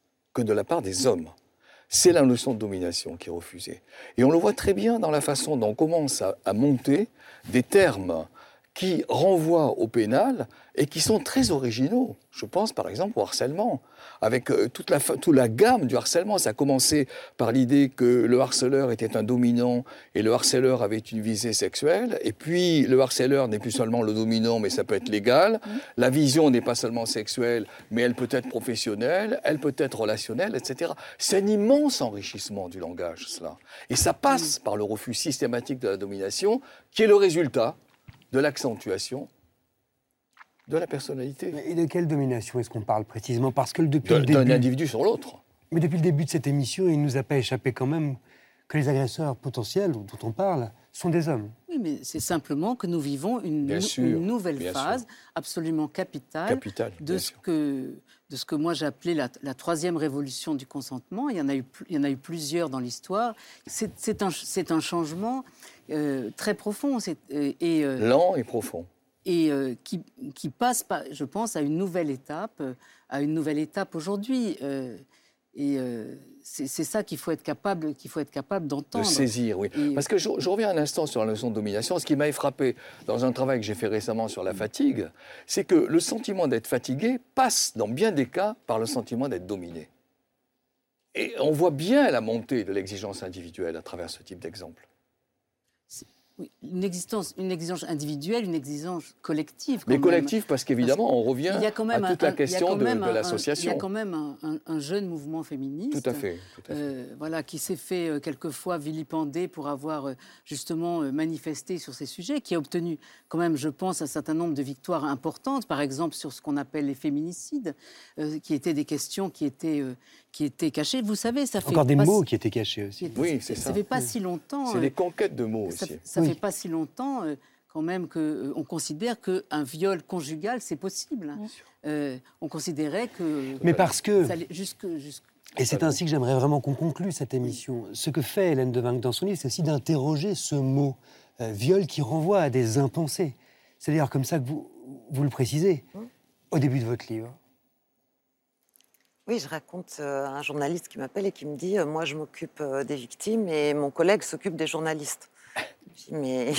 C'est la notion de domination qui est refusée. Et on le voit très bien dans la façon dont on commence à monter des termes qui renvoient au pénal et qui sont très originaux. Je pense par exemple au harcèlement, avec toute la gamme du harcèlement. Ça a commencé par l'idée que le harceleur était un dominant et le harceleur avait une visée sexuelle. Et puis le harceleur n'est plus seulement le dominant, mais ça peut être légal. La vision n'est pas seulement sexuelle, mais elle peut être professionnelle, elle peut être relationnelle, etc. C'est un immense enrichissement du langage, cela. Et ça passe par le refus systématique de la domination, qui est le résultat de l'accentuation de la personnalité. Et de quelle domination est-ce qu'on parle précisément ? Parce que d'un individu sur l'autre. Mais depuis le début de cette émission, il ne nous a pas échappé quand même que les agresseurs potentiels dont on parle sont des hommes. Oui, mais c'est simplement que nous vivons une nouvelle phase absolument capitale de ce que moi j'appelais la troisième révolution du consentement. Il y en a eu plusieurs dans l'histoire. C'est un changement très profond. Lent et profond. Et qui passe, je pense, à une nouvelle étape aujourd'hui. C'est ça qu'il faut être capable d'entendre. De saisir, oui. Parce que je reviens un instant sur la notion de domination. Ce qui m'a frappé dans un travail que j'ai fait récemment sur la fatigue, c'est que le sentiment d'être fatigué passe, dans bien des cas, par le sentiment d'être dominé. Et on voit bien la montée de l'exigence individuelle à travers ce type d'exemple. Oui, une exigence individuelle, une exigence collective. Mais collective, parce qu'évidemment, on revient à toute la question de l'association. Il y a quand même un jeune mouvement féministe. Tout à fait. Voilà, qui s'est fait quelquefois vilipender pour avoir justement manifesté sur ces sujets, qui a obtenu quand même, je pense, un certain nombre de victoires importantes, par exemple sur ce qu'on appelle les féminicides, qui étaient des questions qui étaient cachées. Vous savez, ça fait encore des mots qui étaient cachés aussi. Oui, c'est ça. Ça fait pas si longtemps. C'est des conquêtes de mots aussi. Ça fait pas si longtemps quand même qu'on considère qu'un viol conjugal, c'est possible. On considérait que... Mais parce que... Ça allait Et c'est ainsi que j'aimerais vraiment qu'on conclue cette émission. Ce que fait Hélène Devinck dans son livre, c'est aussi d'interroger ce mot viol qui renvoie à des impensés. C'est d'ailleurs comme ça que vous le précisez au début de votre livre. Oui, je raconte un journaliste qui m'appelle et qui me dit moi, je m'occupe des victimes et mon collègue s'occupe des journalistes. Je dis mais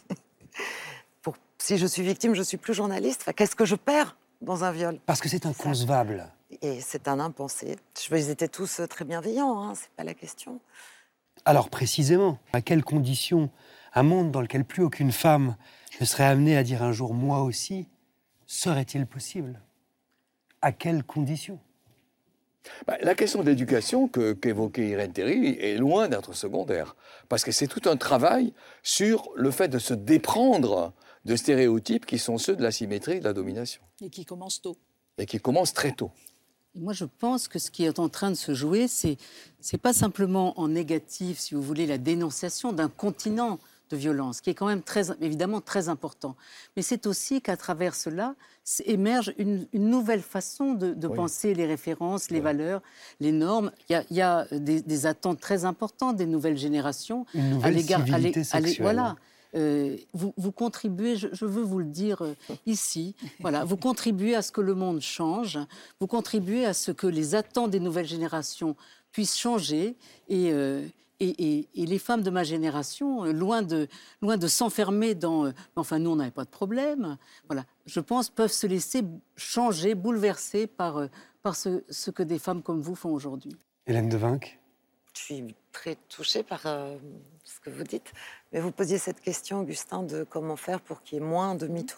si je suis victime, je suis plus journaliste. Enfin, qu'est-ce que je perds dans un viol? Parce que c'est inconcevable. Et c'est un impensé. Ils étaient tous très bienveillants, hein, c'est pas la question. Alors précisément, à quelles conditions un monde dans lequel plus aucune femme ne serait amenée à dire un jour « moi aussi » serait-il possible? À quelles conditions? La question de l'éducation qu'évoquait Irène Théry est loin d'être secondaire. Parce que c'est tout un travail sur le fait de se déprendre de stéréotypes qui sont ceux de la symétrie et de la domination. Et qui commencent tôt. Et qui commencent très tôt. Moi, je pense que ce qui est en train de se jouer, c'est pas simplement en négatif, si vous voulez, la dénonciation d'un continent de violence, qui est quand même évidemment très important. Mais c'est aussi qu'à travers cela émerge une nouvelle façon de penser les références, les valeurs, les normes. Il y a des attentes très importantes des nouvelles générations. Une nouvelle civilité sexuelle. Voilà. Vous contribuez, je veux vous le dire ici, voilà, vous contribuez à ce que le monde change, vous contribuez à ce que les attentes des nouvelles générations puissent changer et les femmes de ma génération, loin de s'enfermer dans enfin nous on n'avait pas de problème, voilà, je pense peuvent se laisser changer, bouleverser par ce que des femmes comme vous font aujourd'hui. Hélène Devinck. Je suis très touchée par ce que vous dites. Mais vous posiez cette question, Augustin, de comment faire pour qu'il y ait moins de MeToo.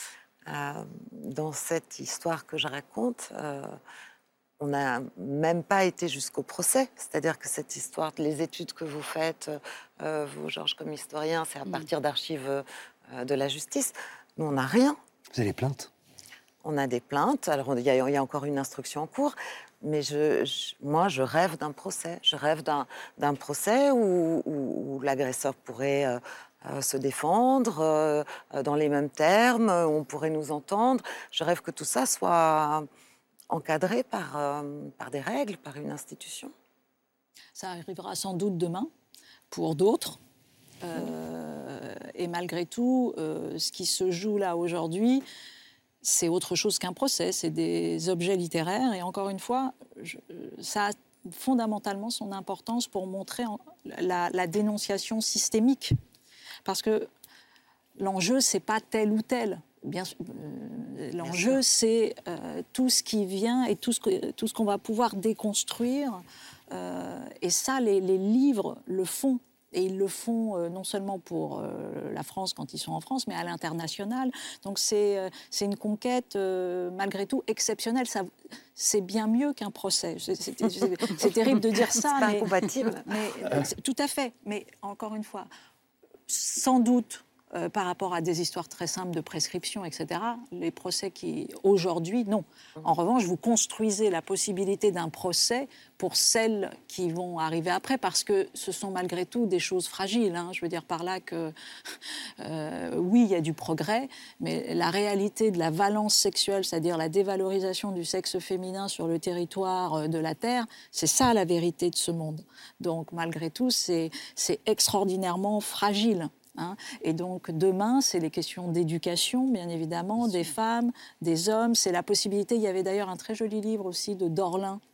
Dans cette histoire que je raconte, on n'a même pas été jusqu'au procès. C'est-à-dire que cette histoire, les études que vous faites, vous, Georges, comme historien, c'est à partir d'archives de la justice. Nous, on n'a rien. Vous avez des plaintes? On a des plaintes. Alors, il y a encore une instruction en cours. Mais moi, je rêve d'un procès. Je rêve d'un procès où l'agresseur pourrait se défendre dans les mêmes termes, où on pourrait nous entendre. Je rêve que tout ça soit encadré par des règles, par une institution. Ça arrivera sans doute demain pour d'autres. Et malgré tout, ce qui se joue là aujourd'hui, c'est autre chose qu'un procès, c'est des objets littéraires. Et encore une fois, ça a fondamentalement son importance pour montrer la dénonciation systémique. Parce que l'enjeu, c'est pas tel ou tel. Bien sûr, l'enjeu, c'est tout ce qui vient et tout ce qu'on va pouvoir déconstruire. Et ça, les livres le font. Et ils le font non seulement pour la France quand ils sont en France, mais à l'international. Donc c'est une conquête, malgré tout, exceptionnelle. C'est bien mieux qu'un procès. C'est terrible de dire ça. C'est pas incompatible. Mais tout à fait. Mais encore une fois, sans doute, par rapport à des histoires très simples de prescription, etc., les procès qui, aujourd'hui, non. En revanche, vous construisez la possibilité d'un procès pour celles qui vont arriver après, parce que ce sont malgré tout des choses fragiles. Hein. Je veux dire par là que, oui, il y a du progrès, mais la réalité de la valence sexuelle, c'est-à-dire la dévalorisation du sexe féminin sur le territoire de la Terre, c'est ça la vérité de ce monde. Donc, malgré tout, c'est extraordinairement fragile. Hein. Et donc demain, c'est les questions d'éducation, bien évidemment, des femmes, des hommes. C'est la possibilité. Il y avait d'ailleurs un très joli livre aussi de Dorlin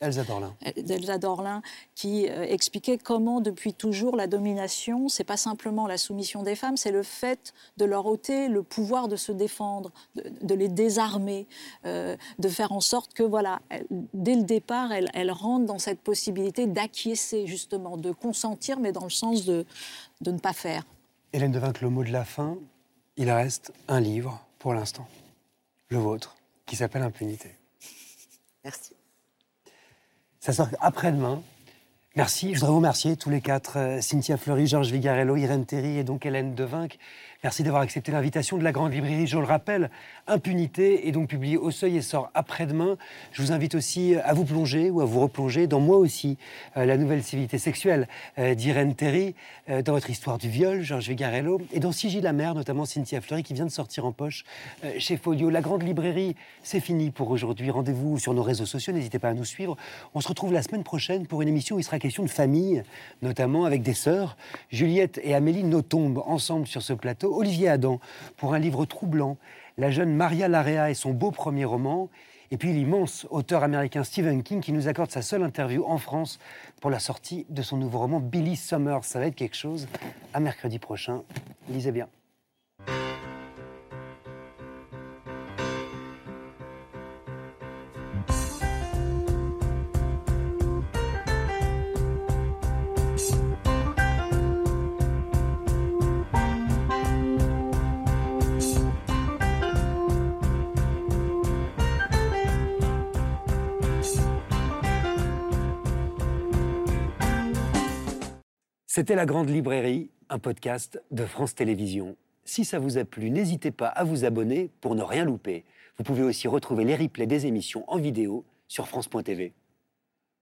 d'Elsa Dorlin, qui expliquait comment, depuis toujours, la domination, c'est pas simplement la soumission des femmes, c'est le fait de leur ôter le pouvoir de se défendre, de les désarmer, de faire en sorte que, voilà, dès le départ, elles rentrent dans cette possibilité d'acquiescer, justement, de consentir, mais dans le sens de ne pas faire. Hélène Devinck, le mot de la fin, il reste un livre, pour l'instant, le vôtre, qui s'appelle Impunité. Merci. Ça sort après-demain. Merci. Je voudrais vous remercier tous les quatre, Cynthia Fleury, Georges Vigarello, Irène Théry et donc Hélène Devinck. Merci d'avoir accepté l'invitation de la Grande Librairie. Je le rappelle, Impunité est donc publié au Seuil et sort après-demain. Je vous invite aussi à vous plonger ou à vous replonger dans Moi aussi, la nouvelle civilité sexuelle d'Irène Théry, dans votre histoire du viol, Georges Vigarello, et dans Sigil amer, notamment Cynthia Fleury, qui vient de sortir en poche chez Folio. La Grande Librairie, c'est fini pour aujourd'hui. Rendez-vous sur nos réseaux sociaux, n'hésitez pas à nous suivre. On se retrouve la semaine prochaine pour une émission où il sera question de famille, notamment avec des sœurs. Juliette et Amélie Nothomb, ensemble sur ce plateau. Olivier Adam, pour un livre troublant, la jeune Maria Larrea et son beau premier roman. Et puis l'immense auteur américain Stephen King qui nous accorde sa seule interview en France pour la sortie de son nouveau roman Billy Summers. Ça va être quelque chose. À mercredi prochain. Lisez bien. C'était La Grande Librairie, un podcast de France Télévisions. Si ça vous a plu, n'hésitez pas à vous abonner pour ne rien louper. Vous pouvez aussi retrouver les replays des émissions en vidéo sur France.tv.